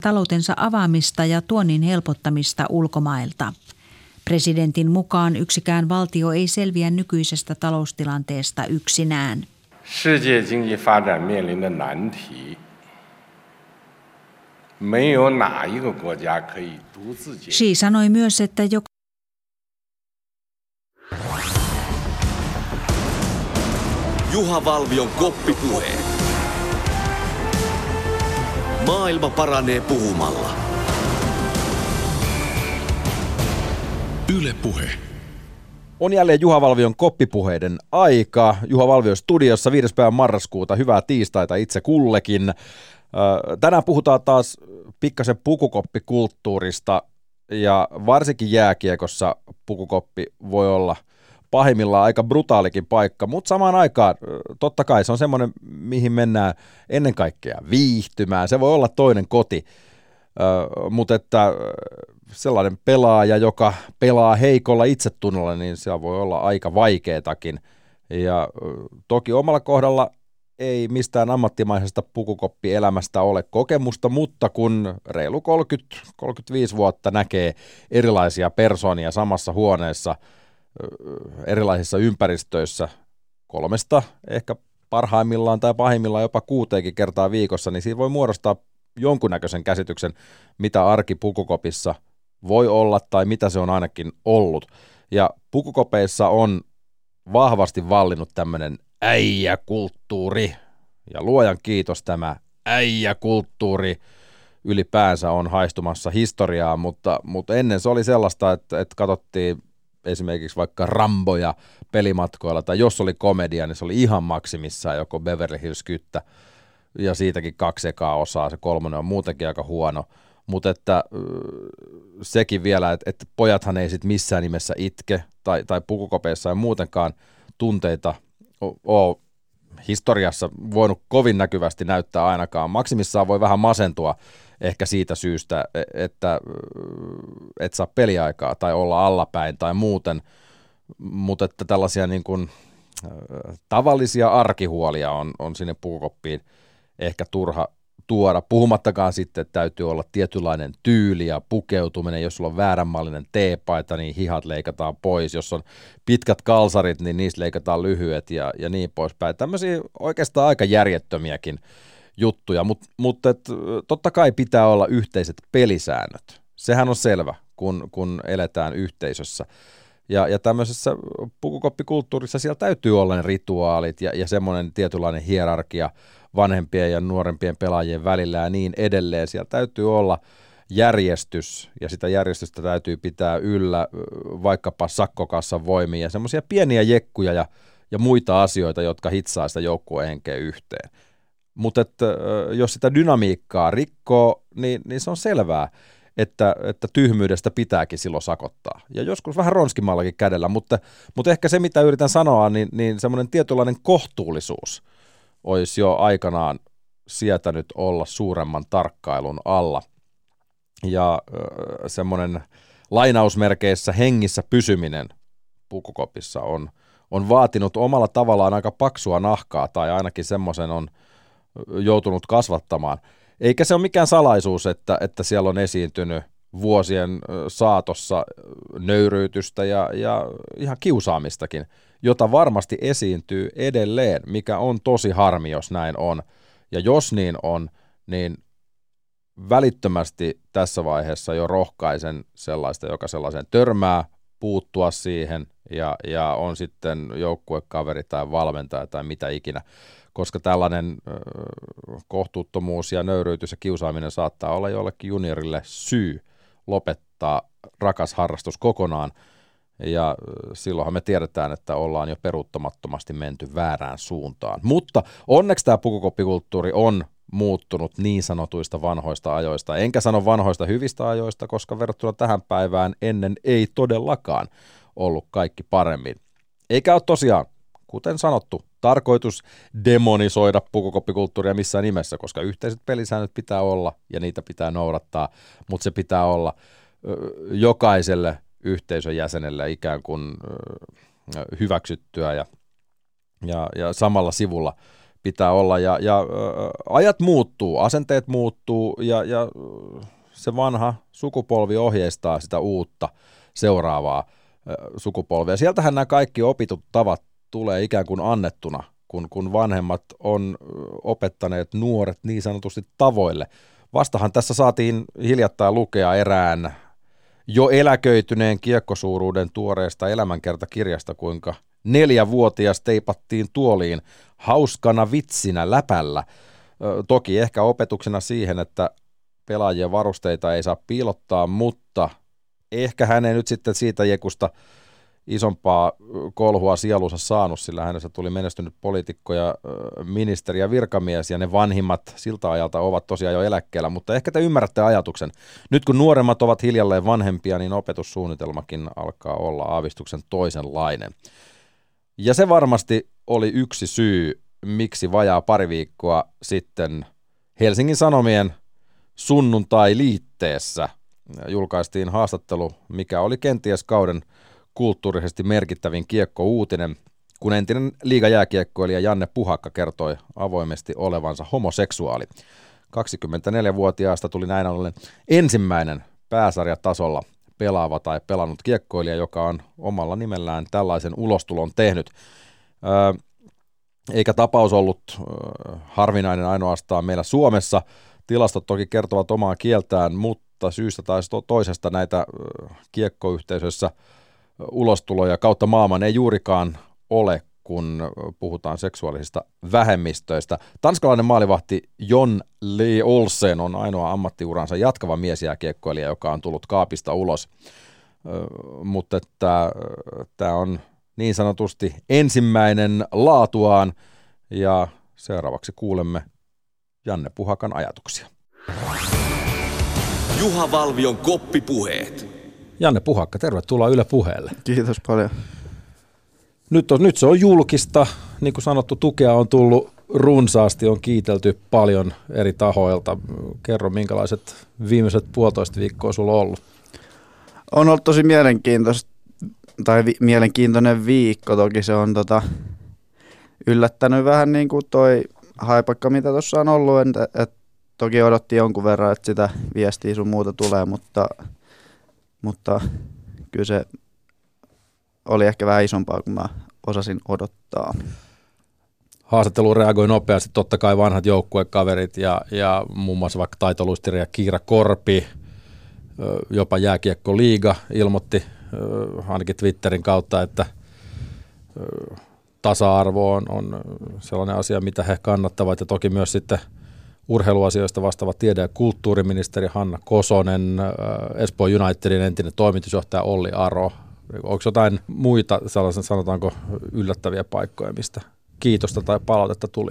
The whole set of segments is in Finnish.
taloutensa avaamista ja tuonnin helpottamista ulkomailta. Presidentin mukaan yksikään valtio ei selviä nykyisestä taloustilanteesta yksinään. Xi sanoi myös, että Juha Valvion koppipuhe. Maailma paranee puhumalla. Yle Puhe. On jälleen Juha Valvion koppipuheiden aika. Juha Valvio studiossa 5. päivä marraskuuta. Hyvää tiistaita itse kullekin. Tänään puhutaan taas pikkasen pukukoppikulttuurista ja varsinkin jääkiekossa pukukoppi voi olla pahimmillaan aika brutaalikin paikka, mutta samaan aikaan totta kai se on semmoinen, mihin mennään ennen kaikkea viihtymään. Se voi olla toinen koti, mutta että sellainen pelaaja, joka pelaa heikolla itsetunnolla, niin se voi olla aika vaikeetakin. Ja toki omalla kohdalla ei mistään ammattimaisesta pukukoppielämästä ole kokemusta, mutta kun reilu 30-35 vuotta näkee erilaisia persoonia samassa huoneessa, erilaisissa ympäristöissä 3 ehkä parhaimmillaan tai pahimmillaan jopa 6 kertaa viikossa, niin siinä voi muodostaa jonkunnäköisen käsityksen, mitä arki pukukopissa voi olla tai mitä se on ainakin ollut. Ja pukukopeissa on vahvasti vallinnut tämmöinen äijäkulttuuri, ja luojan kiitos tämä äijäkulttuuri ylipäänsä on haistumassa historiaa, mutta ennen se oli sellaista, että katsottiin esimerkiksi vaikka Ramboja pelimatkoilla, tai jos oli komedia, niin se oli ihan maksimissaan joko Beverly Hills Kyttä, ja siitäkin 2 ekaa osaa, se 3 on muutenkin aika huono, mutta että sekin vielä, että pojathan ei sit missään nimessä itke, tai pukukopeissa ei muutenkaan tunteita ole historiassa voinut kovin näkyvästi näyttää ainakaan. Maksimissaan voi vähän masentua ehkä siitä syystä, että et saa peliaikaa tai olla allapäin tai muuten, mutta että tällaisia niin kuin tavallisia arkihuolia on sinne pukukoppiin ehkä turha tuoda, puhumattakaan sitten, että täytyy olla tietynlainen tyyli ja pukeutuminen, jos sulla on vääränmallinen teepaita, niin hihat leikataan pois, jos on pitkät kalsarit, niin niistä leikataan lyhyet ja niin poispäin. Tämmöisiä oikeastaan aika järjettömiäkin juttuja, mutta totta kai pitää olla yhteiset pelisäännöt. Sehän on selvä, kun eletään yhteisössä. Ja tämmöisessä pukukoppikulttuurissa siellä täytyy olla ne rituaalit ja semmoinen tietynlainen hierarkia vanhempien ja nuorempien pelaajien välillä ja niin edelleen. Siellä täytyy olla järjestys ja sitä järjestystä täytyy pitää yllä vaikkapa sakkokassan voimiin ja semmoisia pieniä jekkuja ja muita asioita, jotka hitsaa sitä joukkueen henkeä yhteen. Mutta jos sitä dynamiikkaa rikkoo, niin se on selvää, että tyhmyydestä pitääkin silloin sakottaa. Ja joskus vähän ronskimmallakin kädellä, mutta ehkä se, mitä yritän sanoa, niin semmoinen tietynlainen kohtuullisuus olisi jo aikanaan sietänyt olla suuremman tarkkailun alla. Ja semmoinen lainausmerkeissä hengissä pysyminen pukukopissa on vaatinut omalla tavallaan aika paksua nahkaa, tai ainakin semmoisen on joutunut kasvattamaan. Eikä se ole mikään salaisuus, että siellä on esiintynyt vuosien saatossa nöyryytystä ja ihan kiusaamistakin, jota varmasti esiintyy edelleen, mikä on tosi harmi, jos näin on. Ja jos niin on, niin välittömästi tässä vaiheessa jo rohkaisen sellaista, joka sellaisen törmää, puuttua siihen ja on sitten joukkuekaveri tai valmentaja tai mitä ikinä, koska tällainen kohtuuttomuus ja nöyryytys ja kiusaaminen saattaa olla jollekin juniorille syy lopettaa rakas harrastus kokonaan, ja silloinhan me tiedetään, että ollaan jo peruuttamattomasti menty väärään suuntaan. Mutta onneksi tämä pukukoppikulttuuri on muuttunut niin sanotuista vanhoista ajoista, enkä sano vanhoista hyvistä ajoista, koska verrattuna tähän päivään ennen ei todellakaan ollut kaikki paremmin. Eikä ole tosiaan, kuten sanottu, tarkoitus demonisoida pukukoppikulttuuria missään nimessä, koska yhteiset pelisäännöt pitää olla ja niitä pitää noudattaa, mutta se pitää olla jokaiselle yhteisön jäsenelle ikään kuin hyväksyttyä ja samalla sivulla pitää olla. Ja ajat muuttuu, asenteet muuttuu ja se vanha sukupolvi ohjeistaa sitä uutta seuraavaa sukupolvia. Sieltähän nämä kaikki opitut tavat tulee ikään kuin annettuna, kun vanhemmat on opettaneet nuoret niin sanotusti tavoille. Vastahan tässä saatiin hiljattain lukea erään jo eläköityneen kiekkosuuruuden tuoreesta elämänkertakirjasta, kuinka 4-vuotias teipattiin tuoliin hauskana vitsinä läpällä. Toki ehkä opetuksena siihen, että pelaajien varusteita ei saa piilottaa, mutta ehkä hän ei nyt sitten siitä jekusta isompaa kolhua sielunsa saanut, sillä hänestä tuli menestynyt poliitikko ja ministeri ja virkamies, ja ne vanhimmat siltä ajalta ovat tosiaan jo eläkkeellä, mutta ehkä te ymmärrätte ajatuksen. Nyt kun nuoremmat ovat hiljalleen vanhempia, niin opetussuunnitelmakin alkaa olla aavistuksen toisenlainen. Ja se varmasti oli yksi syy, miksi vajaa pari viikkoa sitten Helsingin Sanomien sunnuntai-liitteessä julkaistiin haastattelu, mikä oli kenties kauden kulttuurisesti merkittävin kiekkouutinen, kun entinen liigajääkiekkoilija Janne Puhakka kertoi avoimesti olevansa homoseksuaali. 24-vuotiaasta tuli näin ollen ensimmäinen pääsarjatasolla pelaava tai pelannut kiekkoilija, joka on omalla nimellään tällaisen ulostulon tehnyt. Eikä tapaus ollut harvinainen ainoastaan meillä Suomessa. Tilastot toki kertovat omaa kieltään, mutta syystä tai toisesta näitä kiekkoyhteisöissä ulostuloja kautta maailman ei juurikaan ole, kun puhutaan seksuaalisista vähemmistöistä. Tanskalainen maalivahti Jon Lee Olsen on ainoa ammattiuransa jatkava miesjääkiekkoilija, joka on tullut kaapista ulos. Mutta tämä on niin sanotusti ensimmäinen laatuaan, ja seuraavaksi kuulemme Janne Puhakan ajatuksia. Juha Valvion koppipuheet. Janne Puhakka, tervetuloa Yle Puheelle. Kiitos paljon. Nyt se on julkista. Niin kuin sanottu, tukea on tullut runsaasti, on kiitelty paljon eri tahoilta. Kerro, minkälaiset viimeiset 1,5 viikkoa sulla on ollut? On ollut tosi mielenkiintoinen viikko. Toki se on yllättänyt vähän niin kuin toi haipakka, mitä tuossa on ollut. Toki odotti jonkun verran, että sitä viestiä sun muuta tulee, mutta kyllä se oli ehkä vähän isompaa kuin mä osasin odottaa. Haastatteluun reagoi nopeasti totta kai vanhat joukkuekaverit ja muun muassa vaikka taitoluistelija Kiira Korpi, jopa Jääkiekko-liiga ilmoitti ainakin Twitterin kautta, että tasa-arvo on sellainen asia, mitä he kannattavat, ja toki myös sitten urheiluasioista vastaava tiede- ja kulttuuriministeri Hanna Kosonen, Espoon Unitedin entinen toimitusjohtaja Olli Aro. Onko jotain muita sellaisen, sanotaanko, yllättäviä paikkoja, mistä kiitosta tai palautetta tuli?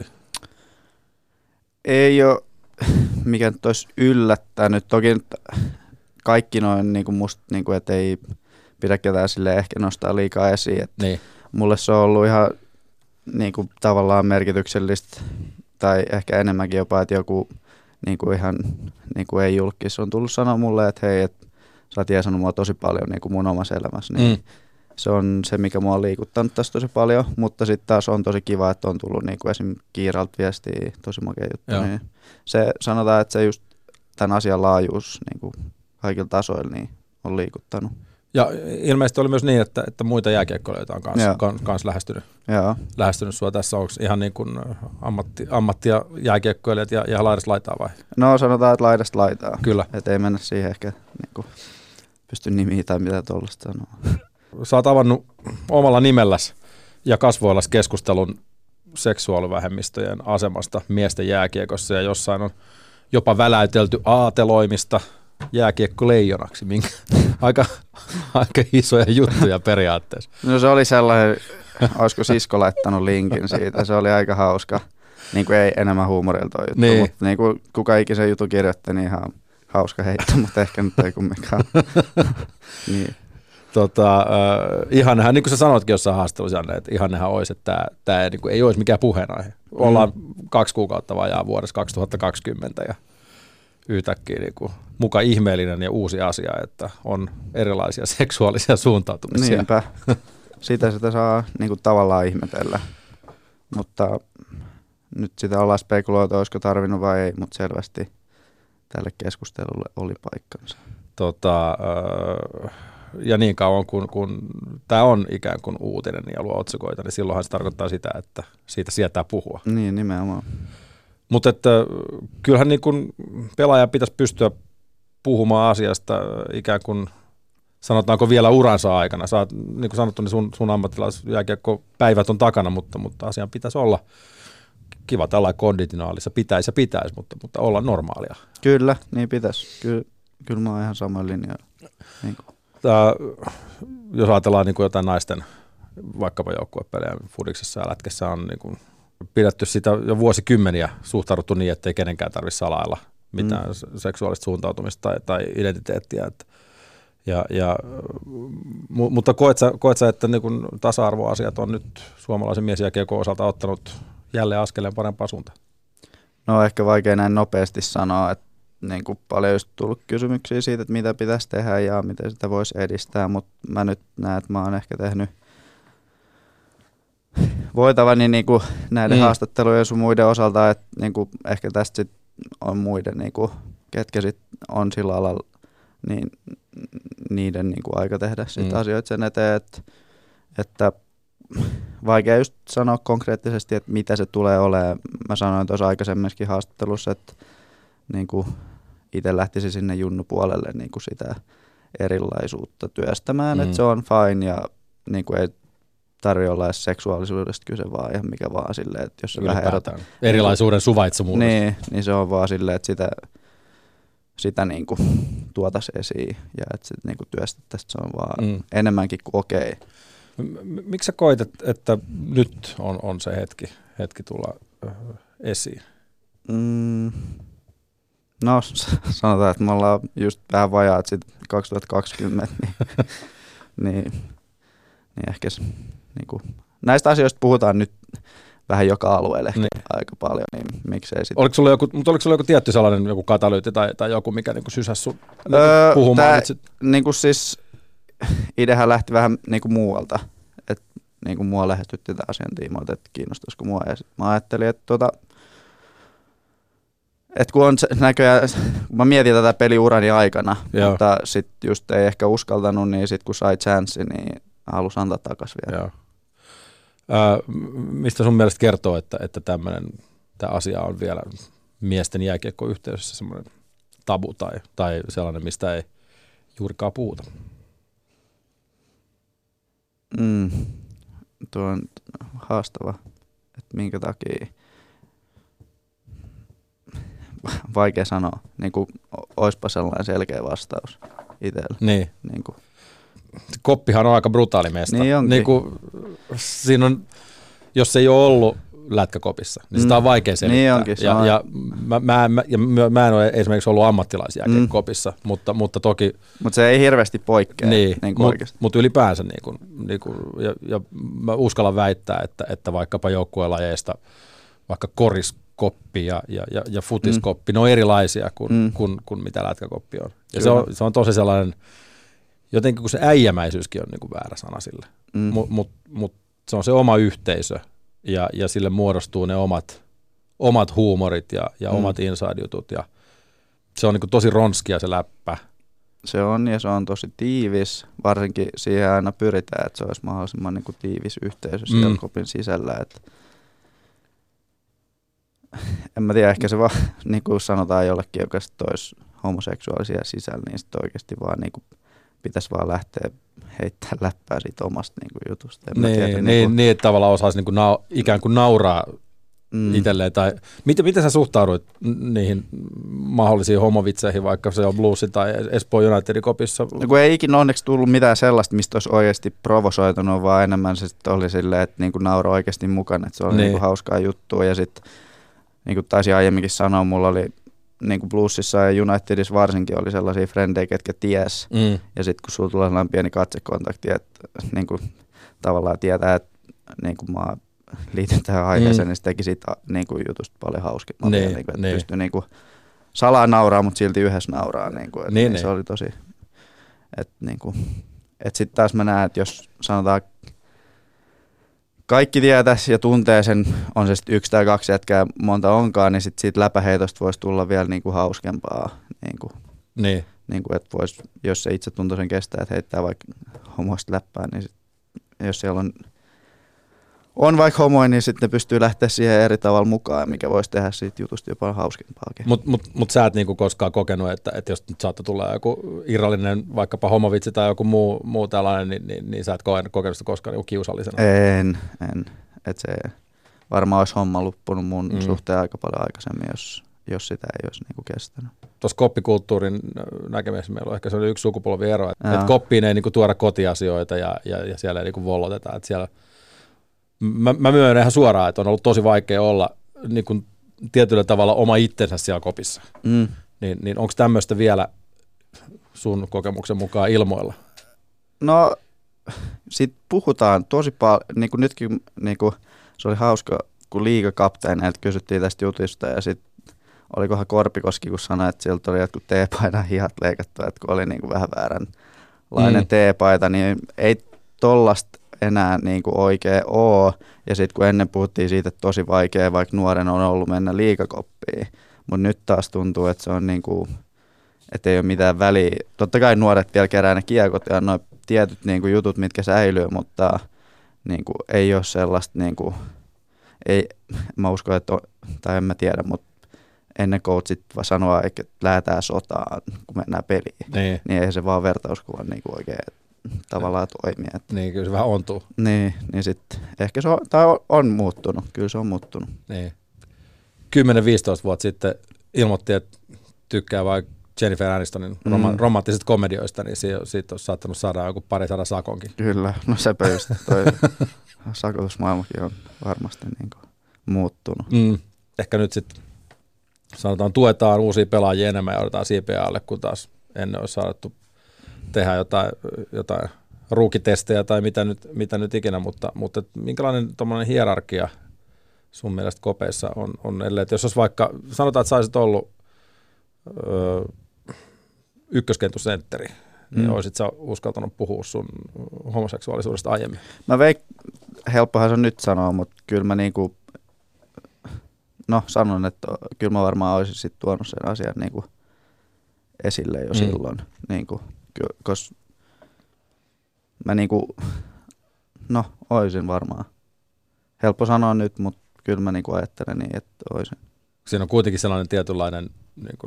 Ei ole mikä nyt olisi yllättänyt. Toki kaikki noin niin kuin musta, niin kuin, että ei pidä ketään silleen ehkä nostaa liikaa esiin. Niin. Mulle se on ollut ihan niin kuin, tavallaan merkityksellistä, tai ehkä enemmänkin jopa, että joku niin kuin ihan niin kuin ei julkis on tullut sanoa mulle, että hei, että sä oot jeesannut mua tosi paljon niin kuin mun omassa elämässä. Niin se on se, mikä mua on liikuttanut tässä tosi paljon, mutta sitten taas on tosi kiva, että on tullut niin kuin esimerkiksi Kiiralta viestiä, tosi makea juttu. Niin se sanotaan, että se just tämän asian laajuus niin kuin kaikilla tasoilla niin on liikuttanut. Ja ilmeisesti oli myös niin, että muita jääkiekkoilijoita on kans lähestynyt sua tässä. Onko ihan niin kuin ammattia jääkiekkoilijat ja laidasta laitaa vai? No sanotaan, että laidasta laitaa. Kyllä. Että ei mennä siihen ehkä niin kuin pysty nimiä tai mitä tuollaista sanoa. Sä oot avannut omalla nimelläsi ja kasvoillasi keskustelun seksuaalivähemmistöjen asemasta miesten jääkiekossa, ja jossain on jopa väläytelty aateloimista jääkiekko-leijonaksi, minkä aika isoja juttuja periaatteessa. No se oli sellainen, olisiko sisko laittanut linkin siitä, se oli aika hauska. Niin kuin ei enemmän huumorilta juttu, niin. Mutta niin kuin kuka ikisen jutun kirjoitti, niin ihan hauska heitto, mutta ehkä nyt ei kumminkaan. Niin. Ihannehan, niin kuin sä sanoitkin jossain haastattelussa, Janne, että ihannehan olisi, että tämä niin ei olisi mikään puheenaihe. Ollaan 2 kuukautta vajaa vuodessa 2020 ja yhtäkkiä niin kuin muka ihmeellinen ja uusi asia, että on erilaisia seksuaalisia suuntautumisia. Niinpä. Sitä saa niin kuin tavallaan ihmetellä, mutta nyt sitä ollaan spekuloitu, olisiko tarvinnut vai ei, mutta selvästi tälle keskustelulle oli paikkansa. Ja niin kauan kun tämä on ikään kuin uutinen ja luo otsikoita, niin silloinhan se tarkoittaa sitä, että siitä sietää puhua. Niin, nimenomaan. Mutta kyllähän niin kun pelaaja pitäisi pystyä puhumaan asiasta ikään kuin, sanotaanko vielä uransa aikana. Sä oot, niin kuin sanottu, niin sun ammattilaisjääkiekkopäivät on takana, mutta asian pitäisi olla kiva tällainen konditionaalissa. Pitäisi, mutta olla normaalia. Kyllä, niin pitäisi. Kyllä mä oon ihan samoin linjalla. Niin jos ajatellaan niin kuin jotain naisten vaikkapa joukkuepelejä Fudiksessa ja Lätkessä on niin kuin pidetty sitä jo vuosikymmeniä suhtauduttu niin, ettei kenenkään tarvitse salailla mitään seksuaalista suuntautumista tai identiteettiä. Mutta koet sä, että niin kun tasa-arvoasiat on nyt suomalaisen miesjääkiekon osalta ottanut jälleen askeleen parempaan suuntaan? No ehkä vaikea näin nopeasti sanoa, että niin kuin paljon just tullut kysymyksiä siitä, että mitä pitäisi tehdä ja miten sitä voisi edistää, mutta mä nyt näen, että mä oon ehkä tehnyt voitavani niin kuin näiden haastattelujen ja sun muiden osalta, että niin kuin ehkä tästä sit on muiden, niin kuin, ketkä sit on sillä alalla, niin niiden niin kuin aika tehdä sit asioita sen eteen, että vaikea just sanoa konkreettisesti, että mitä se tulee olemaan. Mä sanoin tuossa aikaisemminkin haastattelussa, että niin kuin itse lähtisi sinne junnupuolelle niin kuin sitä erilaisuutta työstämään, että se on fine ja niin kuin ei tarvitse olla edes seksuaalisuudesta kyse vaan ihan mikä vaan silleen, että jos se vähän erotaan. Erilaisuuden suvaitsemuudesta. Niin se on vaan silleen, että sitä niin kuin tuotaisiin esiin ja että sitten niin kuin työstettäisiin, se on vaan enemmänkin kuin okei. Miksi sä koit, että nyt on se hetki tulla esiin? No sanotaan, että me ollaan just vähän vajaat sitten 2020, niin ehkä niin kuin, näistä asioista puhutaan nyt vähän joka alueelle aika paljon, niin miksei sitten. Oliko sulla joku tietty sellainen joku katalyytti tai joku, mikä niin sysäsi sun puhumaan? Niin kuin siis ideahan lähti vähän niin kuin muualta, että niin kuin mua lähestytti tämän asian tiimoilta, että kiinnostaisiko mua. Ja mä ajattelin, että kun on näköjään, kun mä mietin tätä peliurani aikana, mutta sitten just ei ehkä uskaltanut, niin sitten kun sai chanssi, niin halusi antaa takaisin vielä. Mistä sun mielestä kertoo, että tämä asia on vielä miesten jääkiekkoyhteisössä semmoinen tabu tai sellainen, mistä ei juurikaan puhuta? Tuo on haastava, että minkä takia. Vaikea sanoa, niin kuin olisipa sellainen selkeä vastaus itsellä. Niin. Niin kuin. Koppihan on aika brutaali mesta. Niin onkin. Niin kuin, siinä on, jos ei ole ollut lätkäkopissa, niin sitä on vaikea selittää. Niin onkin. Mä en ole esimerkiksi ollut ammattilaisjääkiekopissa, mutta toki. Mutta se ei hirveästi poikkea. Niin, mutta ylipäänsä ja mä uskallan väittää, että vaikkapa joukkuelajeista, vaikka koriskoppi ja futiskoppi, ne on erilaisia kuin mitä lätkäkoppi on. Ja se on tosi sellainen, jotenkin kun se äijämäisyyskin on niin kuin väärä sana sille, mutta se on se oma yhteisö ja sille muodostuu ne omat huumorit ja omat inside-jutut ja se on niin kuin tosi ronskia se läppä. Se on ja se on tosi tiivis, varsinkin siihen aina pyritään, että se olisi mahdollisimman niin kuin tiivis yhteisö siellä kopin sisällä. Että en mä tiedä, ehkä se vaan, niin kuin sanotaan jollekin, joka sitten olisi homoseksuaalisia sisällä, niin sitten oikeasti vaan niin kuin pitäisi vaan lähteä heittämään läppää siitä omasta niin kuin jutusta. Niin, että tavallaan osaisi niin kuin ikään kuin nauraa itselleen. Tai miten sä suhtauduit niihin mahdollisiin homovitseihin, vaikka se on Bluesin tai Espoon Unitedin kopissa? No kun ei ikinä onneksi tullut mitään sellaista, mistä olisi oikeasti provosoitunut, vaan enemmän se sitten oli silleen, että niin kuin nauroi oikeasti mukana, että se oli niin kuin hauskaa juttua. Ja sitten, niin kuin taisin aiemminkin sanoa, mulla oli niin kuin Bluesissa ja Unitedissa varsinkin oli sellaisia frendejä, ketkä ties. Ja sitten kun sulla tulee sellainen pieni katsekontakti, että niin kuin tavallaan tietää, että niin kuin mä liityn tähän aiheeseen, niin se teki siitä niin kuin jutusta paljon hauskempaa. Niin että pystyi niin kuin salaa nauraa, mutta silti yhdessä nauraa. Niin se oli tosi. Että niin kuin, sitten taas mä näen, että jos sanotaan kaikki tietäisi ja tuntee sen, on se sitten 1 tai 2 jätkää monta onkaan, niin sit siitä läpäheitosta voisi tulla vielä niin kuin hauskempaa. Niin kuin, että vois, jos se itse tuntuu sen kestää, että heittää vaikka homoista läppää, niin sit, jos siellä on vaikka homoja, niin sitten ne pystyy lähteä siihen eri tavalla mukaan, mikä voisi tehdä siitä jutusta jopa hauskempaakin. Mut sä et niinku koskaan kokenut, että jos nyt saattoi tulla joku irrallinen vaikkapa homovitsi tai joku muu tällainen, niin sä et kokenut sitä koskaan niinku kiusallisena? En. Et se varmaan olisi homma loppunut mun suhteen aika paljon aikaisemmin, jos sitä ei olisi niinku kestänyt. Tuossa koppikulttuurin näkemisessä meillä on ehkä sellainen yksi sukupolviero, että koppiin ei niinku tuoda kotiasioita ja siellä ei niinku volloteta. Että siellä, mä myönnän ihan suoraan, että on ollut tosi vaikea olla niinku tietyllä tavalla oma itsensä siellä kopissa. Niin onko tämmöistä vielä sun kokemuksen mukaan ilmoilla? No, sit puhutaan tosi paljon, niinku nytkin niinku, se oli hauska, kun liigakapteeneilta kysyttiin tästä jutusta ja sitten olikohan Korpikoski, kun sanoi, että sieltä oli jotkut teepaidan hihat leikattu, että kun oli niinku vähän vääränlainen teepaita, niin ei tollasta enää niinku oikein ole. Ja sitten kun ennen puhuttiin siitä, että tosi vaikea, vaikka nuoren on ollut mennä liigakoppiin, mutta nyt taas tuntuu, että se on niinku, että ei ole mitään väliä. Totta kai nuoret vielä kerää ne kiekot ja nuo tietyt niinku jutut, mitkä säilyy, mutta niinku, ei ole sellaista, niinku, ei, mä uskon, että tai en mä tiedä, mutta ennen coachit sanoa, että lähdetään sotaan, kun mennään peliin. Niin eihän se vaan vertauskuvan niin kuin oikein tavallaan toimia. Niin, kyllä se vähän ontuu. Niin sitten ehkä se on muuttunut. Kyllä se on muuttunut. Niin. 10-15 vuotta sitten ilmoitti, että tykkää vaikka Jennifer Anistonin romanttisista komedioista, niin siitä on saattanut saada joku 200 sakonkin. Kyllä, no sepä just. Toi sakotusmaailmakin on varmasti niin kuin muuttunut. Ehkä nyt sitten sanotaan, tuetaan uusia pelaajia enemmän ja otetaan siipeä alle, kun taas ennen olisi saatu tehdä jotain ruukitestejä tai mitä nyt ikinä, mutta minkälainen tuommoinen hierarkia sun mielestä kopeissa on ellei, että jos olisi vaikka, sanotaan, että sä olisit ollut ykköskentusentteri, niin olisit sä uskaltanut puhua sun homoseksuaalisuudesta aiemmin? Helppohan se on nyt sanoa, mutta kyllä mä niinku sanon, että kyllä mä varmaan olisin sit tuonut sen asian niinku esille jo silloin, niinku, koska mä niinku, olisin varmaan. Helppo sanoa nyt, mutta kyllä mä niinku ajattelen niin, että olisin. Siinä on kuitenkin sellainen tietynlainen niinku,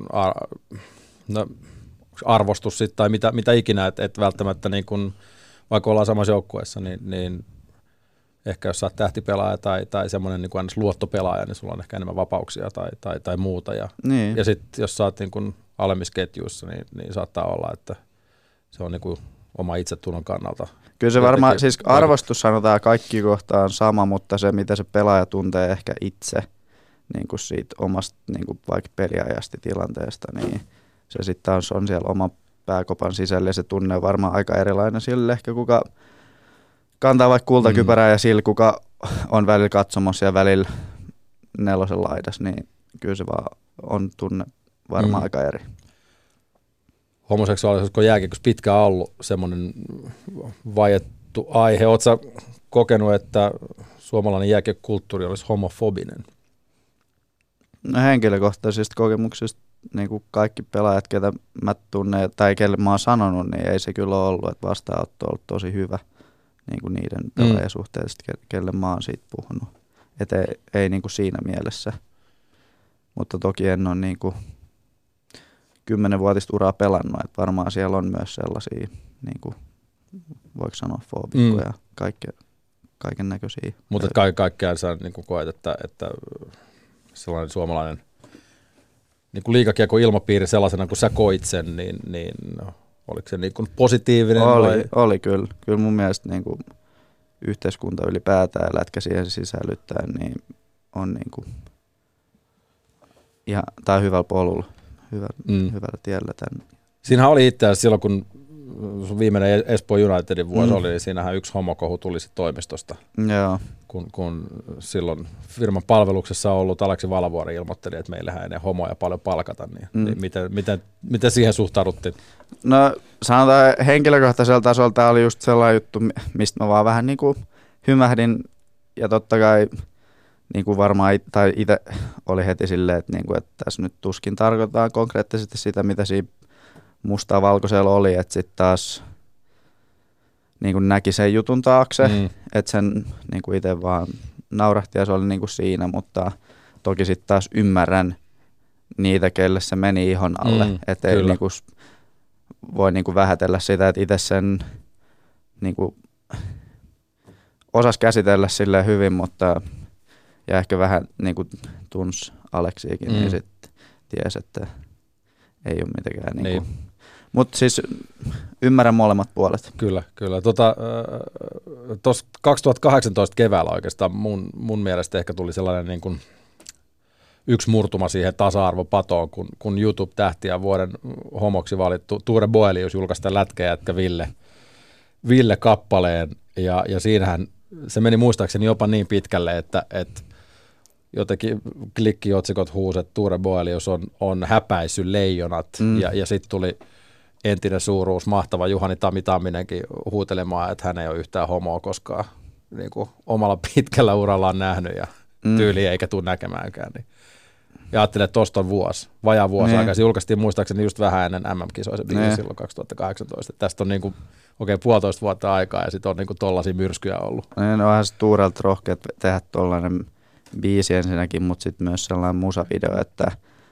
arvostus sit, tai mitä ikinä, että välttämättä niin kun, vaikka ollaan samassa joukkueessa, niin ehkä jos sä oot tähtipelaaja tai semmoinen niin kuin luottopelaaja, niin sulla on ehkä enemmän vapauksia tai muuta. Ja sitten jos sä oot niin kuin alemmissa ketjuissa, niin saattaa olla, että se on niin kuin oma itsetunnon kannalta. Kyllä se varmaan, siis arvostus sanotaan kaikki kohtaan sama, mutta se mitä se pelaaja tuntee ehkä itse niin kuin siitä omasta niin kuin vaikka peliajasta tilanteesta, niin se sitten on siellä oman pääkopan sisällä ja se tunne on varmaan aika erilainen sille ehkä kuka kantaa vaikka kultakypärää ja sillä, kuka on välillä katsomassa ja välillä nelosen laidas, niin kyllä se vaan on tunne varmaan aika eri. Homoseksuaalisuus on jääkiekossa pitkään ollut semmoinen vaiettu aihe. Oletko sä kokenut, että suomalainen jääkiekkokulttuuri olisi homofobinen? No henkilökohtaisista kokemuksista niin kuin kaikki pelaajat, ketä mä tunnen tai kelle mä oon sanonut, niin ei se kyllä ole ollut, että vastaanotto on ollut tosi hyvä. Niin kuin niiden pelaajien suhteellisesti, kelle mä oon siitä puhunut. Että ei niin kuin siinä mielessä. Mutta toki en ole niin kuin 10-vuotista uraa pelannut, että varmaan siellä on myös sellaisia, niin kuin, voiko sanoa, foobikkoja, kaiken näköisiä. Mutta kaikkiaan sä niin kuin koet, että sellainen suomalainen niin kuin liigakiekon ilmapiiri sellaisena, kun sä koit sen, niin oliko se niin kuin positiivinen? Oli kyllä. Kyllä mun mielestä niin kuin yhteiskunta ylipäätään ja lätkä siihen sisällyttäen niin on niin kuin tai hyvällä polulla, hyvällä tiellä tämän. Siinähän oli itse asiassa silloin, kun sun viimeinen Espoo Unitedin vuosi oli, niin siinähän yksi homokohu tuli sit toimistosta. Joo. Kun silloin firman palveluksessa ollut Aleksi Valavuori ilmoitteli, että meillähän ei ne homoja paljon palkata, niin miten siihen suhtauduttiin? No sanotaan henkilökohtaisella tasolla tämä oli just sellainen juttu, mistä mä vaan vähän niin kuin hymähdin ja totta kai niin kuin varmaan tai itse oli heti silleen, että, niin kuin, että tässä nyt tuskin tarkoittaa konkreettisesti sitä, mitä siinä mustaa valkoisella oli, että sitten taas niin kuin näki sen jutun taakse, että sen niin kuin itse vaan naurahti ja se oli niin kuin siinä, mutta toki sitten taas ymmärrän niitä, kelle se meni ihon alle, että ei niin kuin voi niin kuin vähätellä sitä, että itse sen niin kuin osasi käsitellä silleen hyvin, mutta ja ehkä vähän niin kuin tunsi Aleksiakin, niin sitten tiesi, että ei ole mitenkään. Niin kuin. Mutta siis ymmärrän molemmat puolet. Kyllä. Tuossa 2018 keväällä oikeastaan mun mielestä ehkä tuli sellainen niin kuin yksi murtuma siihen tasa-arvopatoon, kun YouTube-tähti ja vuoden homoksi valittu Ture Boelius julkaisi lätkäjätkä Ville kappaleen, ja siinähän se meni muistaakseni jopa niin pitkälle, että jotenkin klikkiotsikot huusi, että Ture Boelius on häpäissyt leijonat, ja sitten tuli entinen suuruus, mahtava Juhani Taminenkin huutelemaan, että hän ei ole yhtään homoa koskaan niin kuin omalla pitkällä urallaan nähnyt, ja tyyli eikä tule näkemäänkään. Niin. Ja ajattelin, että tuosta on vajaa vuosi aikaa. Se julkaistiin muistaakseni just vähän ennen MM-kisoja se biisi silloin 2018. Tästä on niinku, 1,5 vuotta aikaa ja sitten on niinku tollaisia myrskyjä ollut. No onhan se Tuurelta rohkeat tehdä tollainen biisi ensinnäkin, mutta sitten myös sellainen musavideo, että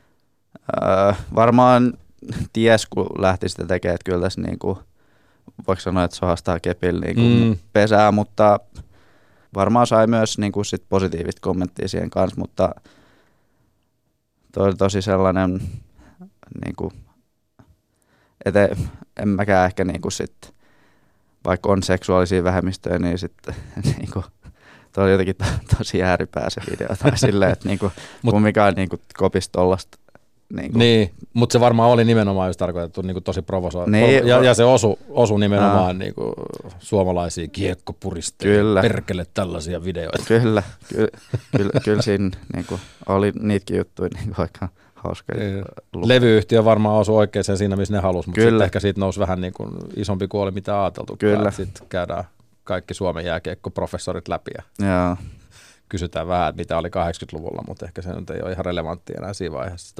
varmaan ties kun lähti sitä tekemään, että kyllä tässä niinku, voiko sanoa, että sohastaa kepillä niinku pesää, mutta varmaan sai myös niinku sit positiivista kommenttia siihen kanssa, mutta toi oli tosi sellainen, niinku, että en mäkään ehkä niinku sit, vaikka on seksuaalisia vähemmistöjä, niin sitten niinku, toi oli jotenkin tosi ääripää se video. Tai silleen, että niinku, kumminkaan niinku kopisi tollasta. Niinku. Niin, mutta se varmaan oli nimenomaan just tarkoitettu niinku tosi provosoiva. Niin, ja se osui nimenomaan niinku suomalaisia kiekkopuristeja. Perkele tällaisia videoita. Kyllä siinä niinku, oli niitäkin juttuja niinku, aika hauskoja. Levyyhtiö varmaan osui oikein siinä, missä ne halusi, mutta sitten ehkä siitä nousi vähän niinku isompi kuin oli mitä ajateltu. Sitten käydään kaikki Suomen jääkiekkoprofessorit läpi ja kysytään vähän, mitä oli 80-luvulla, mutta ehkä se nyt ei ole ihan relevantti enää siinä vaiheessa.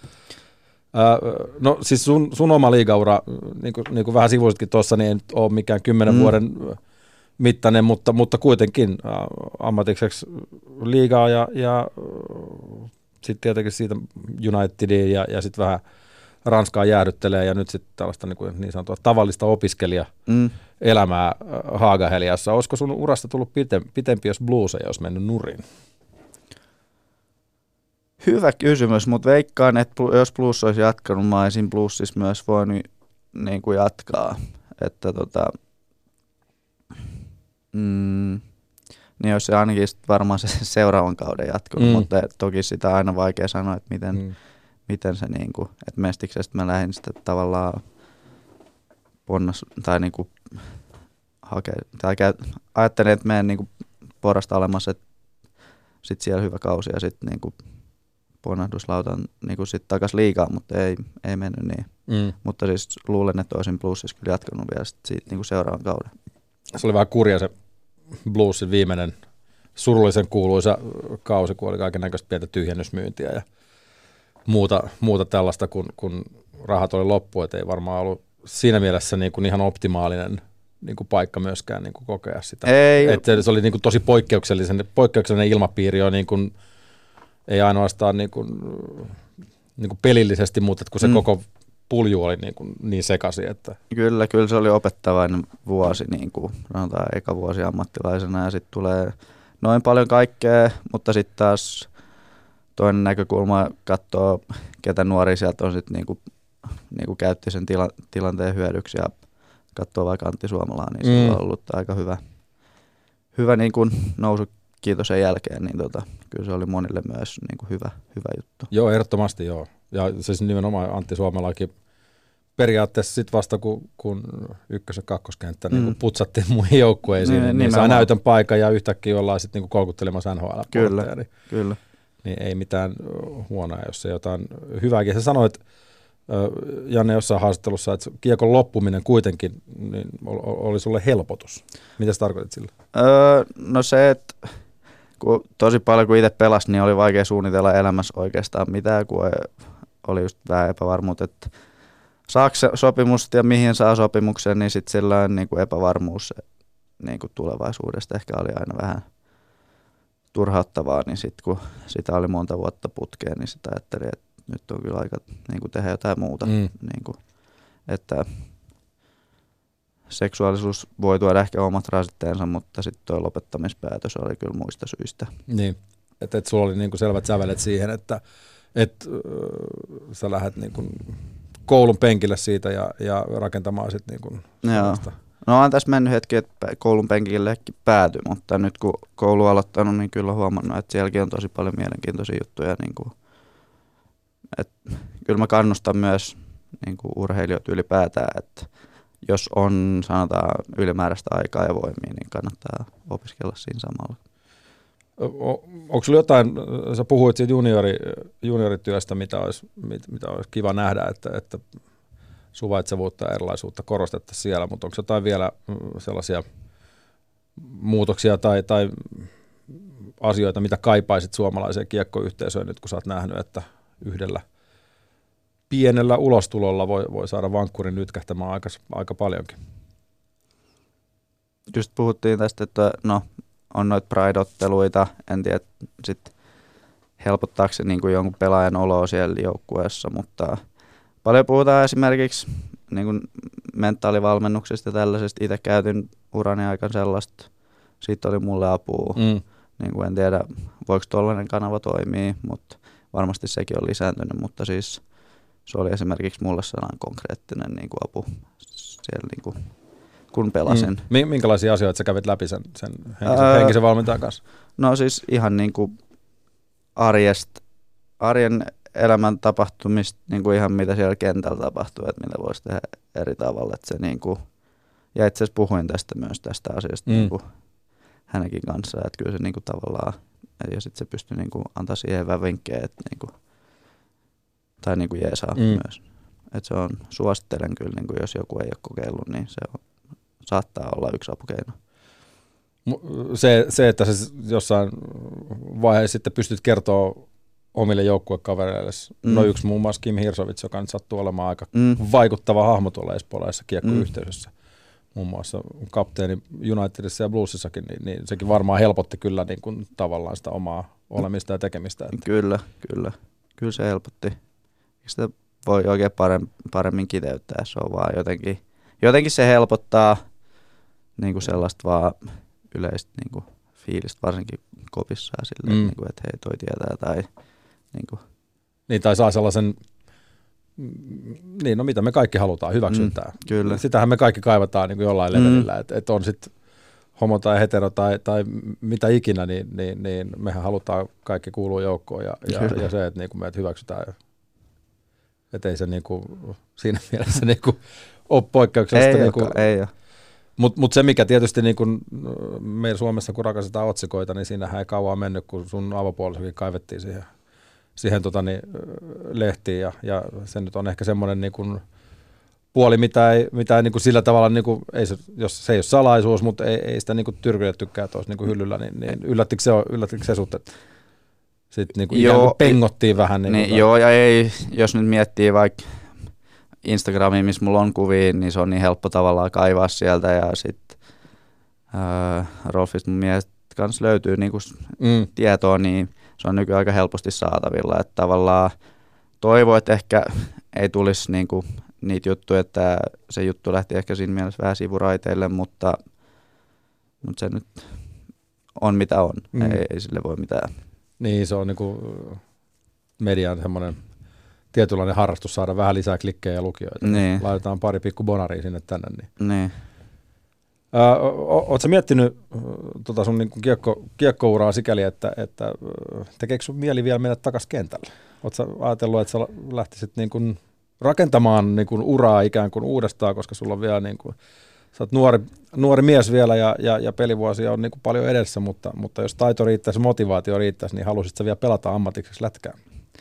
No siis sun oma liigaura, niin kuin vähän sivuisitkin tuossa, niin ei nyt ole mikään 10 vuoden mittainen, mutta kuitenkin ammatikseksi liigaa ja sitten tietenkin siitä Unitediin ja sitten vähän Ranskaa jäädyttelee ja nyt sitten tällaista niin sanottua tavallista opiskelija-elämää Haagaheliassa. Olisiko sun urasta tullut pitempi, jos Blues ei olisi mennyt nurin? Hyvä kysymys, mutta veikkaan, että jos Blues olisi jatkanut, mä olisin Bluesissa myös voinut niin kuin jatkaa. Että niin olisi se ainakin varmaan se seuraavan kauden jatkunut, mutta toki sitä on aina vaikea sanoa, että miten se niinku, että mestiksestä mä lähdin sitä tavallaan tai niinku ajattelin, että menen niinku porrasta alemmas, että sit siellä hyvä kausi ja sit niinku ponnahduslautan niinku sit takas liigaan, mutta ei mennyt niin. Mutta siis luulen, että olisin Bluesissa kyllä jatkanut vielä sit siitä niinku seuraavan kauden. Se oli vähän kurja se Bluesin viimeinen surullisen kuuluisa kausi, kun oli kaikennäköistä pientä tyhjennysmyyntiä ja muuta tällaista, kun rahat oli loppu, että ei varmaan ollut siinä mielessä niin kuin ihan optimaalinen niin kuin paikka myöskään niin kuin kokea sitä. Että se oli niin kuin tosi poikkeuksellinen ilmapiiri jo, niin kuin, ei ainoastaan niin kuin pelillisesti, mutta kun se koko pulju oli niin sekaisin. Että. Kyllä se oli opettavainen vuosi, niin kuin sanotaan eka vuosi ammattilaisena ja sitten tulee noin paljon kaikkea, mutta sitten taas toinen näkökulma katsoo, ketä nuoria sieltä on sitten niinku käytti sen tilanteen hyödyksi ja katsoo vaikka Antti Suomalaa, niin se on ollut aika hyvä niinku nousu kiitos sen jälkeen, niin kyllä se oli monille myös niinku hyvä juttu. Joo, ehdottomasti joo. Ja siis nimenomaan Antti Suomalakin periaatteessa sitten vasta kun ykkös- ja kakkoskenttä niin putsattiin muihin joukkueisiin, niin saa näytön paikan ja yhtäkkiä ollaan sitten niin kolkuttelemassa NHL-portteja. Kyllä. Niin ei mitään huonoa, jos se jotain hyvääkin. Sä sanoit, Janne, jossain haastattelussa, että kiekon loppuminen kuitenkin niin oli sulle helpotus. Mitä sä tarkoitit sillä? No se, että kun tosi paljon kun itse pelasi, niin oli vaikea suunnitella elämässä oikeastaan mitään, kun oli just vähän epävarmuutta, että saako sopimusta ja mihin saa sopimuksen, niin sitten sellainen niin kuin epävarmuus niin kuin tulevaisuudesta ehkä oli aina vähän turhauttavaa, niin sitten kun sitä oli monta vuotta putkeen, niin sitä ajattelin, että nyt on kyllä aika niin kuin tehdä jotain muuta. Niin kuin, että seksuaalisuus voi tuoda ehkä omat rasitteensa, mutta sitten tuo lopettamispäätös oli kyllä muista syistä. Niin, että sulla oli niinku selvät sävelet siihen, että sä lähdet niinku koulun penkille siitä ja rakentamaan sitten niinku sellaista. No on tässä mennyt hetki, että koulun penkillekin päätyi, mutta nyt kun koulu on aloittanut, niin kyllä huomannut, että sielläkin on tosi paljon mielenkiintoisia juttuja. Niin kuin, että kyllä mä kannustan myös niin kuin urheilijoita ylipäätään, että jos on sanotaan ylimääräistä aikaa ja voimia, niin kannattaa opiskella siinä samalla. Onko sulla jotain, sä puhuit siitä juniorityöstä, mitä olisi kiva nähdä, että suvaitsevuutta ja erilaisuutta korostettaisiin siellä, mutta onko jotain vielä sellaisia muutoksia tai asioita, mitä kaipaisit suomalaiseen kiekkoyhteisöön nyt, kun sä oot nähnyt, että yhdellä pienellä ulostulolla voi saada vankkurin nytkähtämään aika paljonkin? Just puhuttiin tästä, että on noita Pride-otteluita, en tiedä sit helpottaako se niin kuin jonkun pelaajan oloa siellä joukkueessa, mutta paljon puhutaan esimerkiksi niin kuin mentaalivalmennuksesta ja tällaisesta. Itse käytin urani aikana sellaista, siitä oli mulle apua. Niin kuin en tiedä, voiko tollainen kanava toimia, mutta varmasti sekin on lisääntynyt, mutta siis se oli esimerkiksi mulle sellainen konkreettinen niin kuin apu siellä niin kuin, kun pelasin. Minkälaisia asioita sä kävit läpi sen henkisen valmentajan kanssa? No siis ihan niin kuin arjen elämän tapahtumista, niin kuin ihan mitä siellä kentällä tapahtuu, että mitä voisi tehdä eri tavalla. Että se niin kuin, ja itse asiassa puhuin tästä asiasta niin kuin hänenkin kanssaan, että kyllä se niin kuin tavallaan, ja sitten se pystyi niin kuin antaa siihen hyvän vinkkejä, että niin kuin, tai niin kuin jeesaa myös. Että se on, suosittelen kyllä, niin kuin jos joku ei ole kokeillut, niin se on, saattaa olla yksi apukeino. Se, että sä jossain vaiheessa sitten pystyt kertoa omille joukkuekavereille. No yksi muun muassa Kim Hirsovits, joka nyt sattuu olemaan aika vaikuttava hahmo tuolla espoolaisessa kiekkoyhteisössä. Muun muassa kapteeni Unitedissa ja Bluesissakin, niin sekin varmaan helpotti kyllä niin kuin tavallaan sitä omaa olemista ja tekemistä. Että. Kyllä se helpotti. Sitä voi oikein paremmin kiteyttää. Se on vaan jotenkin se helpottaa niin kuin sellaista vaan yleistä niin kuin fiilistä, varsinkin kopissaan silleen, niin kuin, että hei toi tietää tai niin kuin. Niin, tai saa sellaisen, niin no mitä me kaikki halutaan, hyväksyntää. Kyllä. Sitähän me kaikki kaivataan niin kuin jollain levelillä, että on sitten homo tai hetero tai mitä ikinä, niin mehän halutaan kaikki kuulua joukkoon ja se, että niin kuin meidät hyväksytään. Että ei se niin kuin, siinä mielessä niin kuin ole poikkeuksellista. Ei ole. Mutta se, mikä tietysti niin kun meillä Suomessa, kun rakastetaan otsikoita, niin siinähän ei kauan mennyt, kun sun avopuolisokin kaivettiin siihen lehtiin. Ja se nyt on ehkä semmoinen niin kun puoli, mitä ei niin kun sillä tavalla, niin kun, jos se ei ole salaisuus, mutta ei sitä niin tyrkytettykään tuossa niin hyllyllä, niin yllättikö se sut, että sitten niin ikään kuin pengottiin vähän? Joo, ja ei, jos nyt miettii vaikka Instagramiin, missä mulla on kuvia, niin se on niin helppo tavallaan kaivaa sieltä ja sitten Rolfista mun mielestä kanssa löytyy niinku tietoa, niin se on nykyään aika helposti saatavilla, että tavallaan toivoo, että ehkä ei tulisi niinku niitä juttuja, että se juttu lähti ehkä siinä mielessä vähän sivuraiteille, mutta se nyt on mitä on, ei sille voi mitään. Niin, se on niinku median semmoinen tietynlainen harrastus saada vähän lisää klikkejä ja lukijoita. Niin. Laitetaan pari pikku bonaria sinne tänne. Niin. Oletko sä miettinyt sun niin kiekkouraa sikäli, että tekeekö sun mieli vielä mennä takaisin kentälle? Oletko sä ajatellut, että sä lähtisit niin kuin rakentamaan niin kuin uraa ikään kuin uudestaan, koska sulla on vielä, niin kuin, sä oot nuori mies vielä ja pelivuosia on niin kuin paljon edessä, mutta jos taito riittäisi, motivaatio riittäisi, niin haluaisit sä vielä pelata ammatiksi lätkää?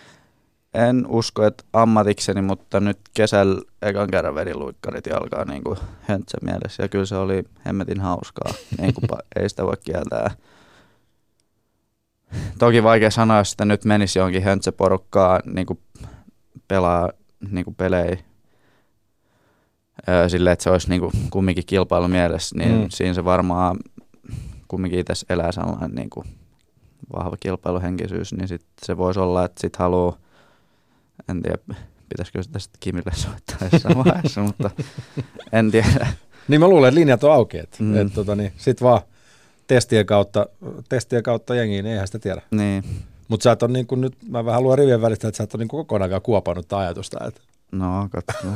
En usko, että ammatikseni, mutta nyt kesällä ekan kerran vedin luikkarit jalkaan niin kuin höntsä mielessä. Ja kyllä se oli hemmetin hauskaa, niin kuin, ei sitä voi kieltää. toki vaikea sanoa, jos sitä nyt menisi johonkin höntsäporukkaan niin pelaa niin pelejä silleen, että se olisi niin kumminkin kilpailu mielessä, niin siinä se varmaan kumminkin itse elää sellainen niin vahva kilpailuhenkisyys, niin sit se voisi olla, että sit haluaa, en tiedä, pitäisikö sitä sitten Kimille soittaa jossain vaiheessa, mutta en tiedä. Niin mä luulen, että linjat on auki, että sit vaan testien kautta jengiin, niin eihän sitä tiedä. Niin. Mutta sä et ole niin kuin nyt, mä vähän luen rivien välistä, että sä et ole niin kokonaan kuopannut tätä ajatusta. Että. No, katsotaan.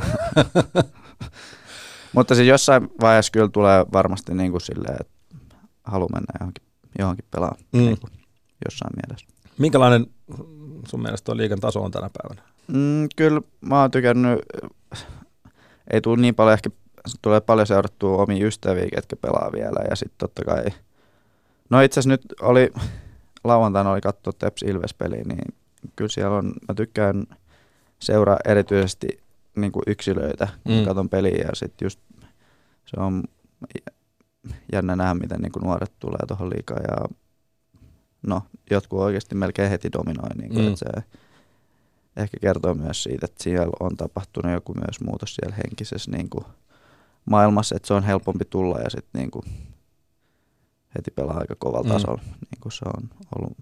Mutta siis jossain vaiheessa kyllä tulee varmasti niin kuin silleen, että haluaa mennä johonkin pelaamaan niin kuin jossain mielessä. Minkälainen sun mielestä tuo liigan taso on tänä päivänä? Kyllä mä oon tykännyt, ei tule niin paljon, ehkä tulee paljon seurattua omia ystäviä, ketkä pelaa vielä ja sitten totta kai, no itse asiassa nyt oli, lauantaina oli katsoa Teps Ilves-peliä, niin kyllä siellä on, mä tykkään seuraa erityisesti niin kuin yksilöitä, kun katson peliä ja sitten just se on jännä nähdä, miten niin kuin nuoret tulee tuohon liigaan ja no, jotkut oikeasti melkein heti dominoi, niin kuin, että se ehkä kertoo myös siitä, että siellä on tapahtunut joku myös muutos siellä henkisessä niin kuin maailmassa, että se on helpompi tulla ja sitten niin kuin heti pelaa aika kovalla tasolla, niin kuin se on ollut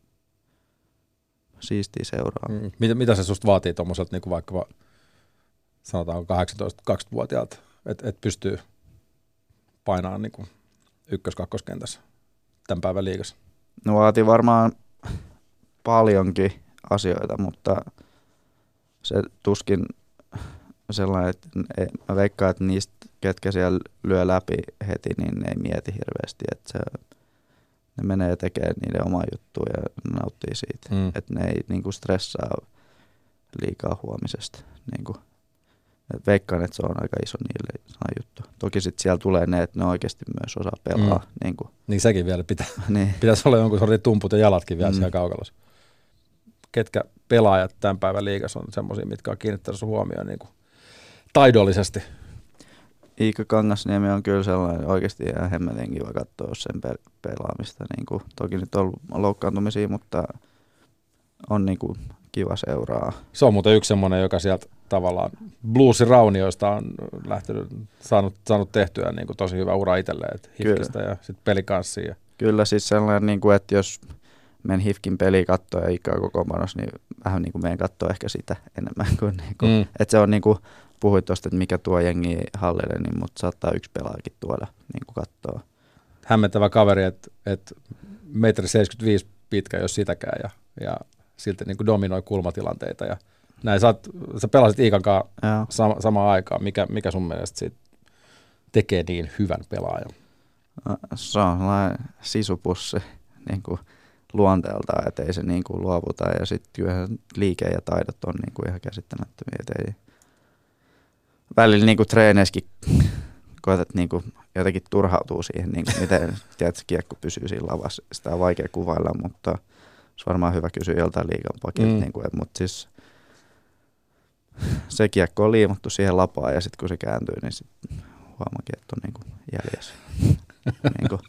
siistiä seuraa. Mitä se susta vaatii tuommoiselta niin kuin vaikka sanotaan 18-20-vuotiaalta, että pystyy painamaan niin kuin ykkös-kakkoskentässä tämän päivän liigassa? No vaatii varmaan paljonkin asioita, mutta se tuskin sellainen, että mä veikkaan, että niistä, ketkä siellä lyö läpi heti, niin ne ei mieti hirveästi, että ne menee tekemään niiden omaa juttua ja nauttii siitä, että ne ei niinku stressaa liikaa huomisesta. Niinku. Veikkaan, että se on aika iso niille juttu. Toki sitten siellä tulee ne, että ne oikeasti myös osaa pelaa. Niin sekin vielä niin. Pitäisi olla jonkun sortin tumput ja jalatkin vielä siellä kaukalossa. Ketkä pelaajat tämän päivän liigassa on semmoisia, mitkä on kiinnittänyt sun huomioon niin kuin taidollisesti? Iikka Kangasniemi on kyllä sellainen oikeasti ihan hemmetin kiva katsoa sen pelaamista. Niin kuin, toki nyt on loukkaantumisia, mutta on niin kuin kiva seuraa. Se on muuten yksi semmoinen, joka sieltä tavallaan bluesin raunioista on saanut tehtyä niin kuin tosi hyvä ura itselleen, että Hifkistä ja sitten pelikanssiin. Kyllä siis sellainen, niin kuin, että jos menen Hifkin peliä katsoa ja Iikkaa kokoonpanossa, niin vähän niin kuin menen katsoa ehkä sitä enemmän kuin, että se on niin kuin puhuit tuosta, että mikä tuo jengi hallille, niin mutta saattaa yksi pelaajakin tuoda niin kuin katsoa. Hämmentävä kaveri, että 1,75 m pitkä, jos sitäkään, ja silti niin kuin dominoi kulmatilanteita. Ja näin sä pelasit Iikan kanssa samaan aikaan. Mikä sun mielestä siitä tekee niin hyvän pelaajan? Se on sellainen sisupussi niin kuin luonteeltaan, että ei se niin kuin luovuta. Ja sitten kyllähän liike ja taidot on niin kuin ihan käsittämättömiä, että ei välillä niin kuin treeneissäkin koetat niin kuin jotenkin turhautuu siihen, niin kuin miten tiedät, se kiekko pysyy siinä lavassa. Sitä on vaikea kuvailla, mutta olisi varmaan hyvä kysyä joltain liigan pakilta. Niin kuin, mutta siis se kiekko on liimattu siihen lapaan ja sitten kun se kääntyy, niin sitten huomaakin, että on niin kuin jäljessä. niin kuin.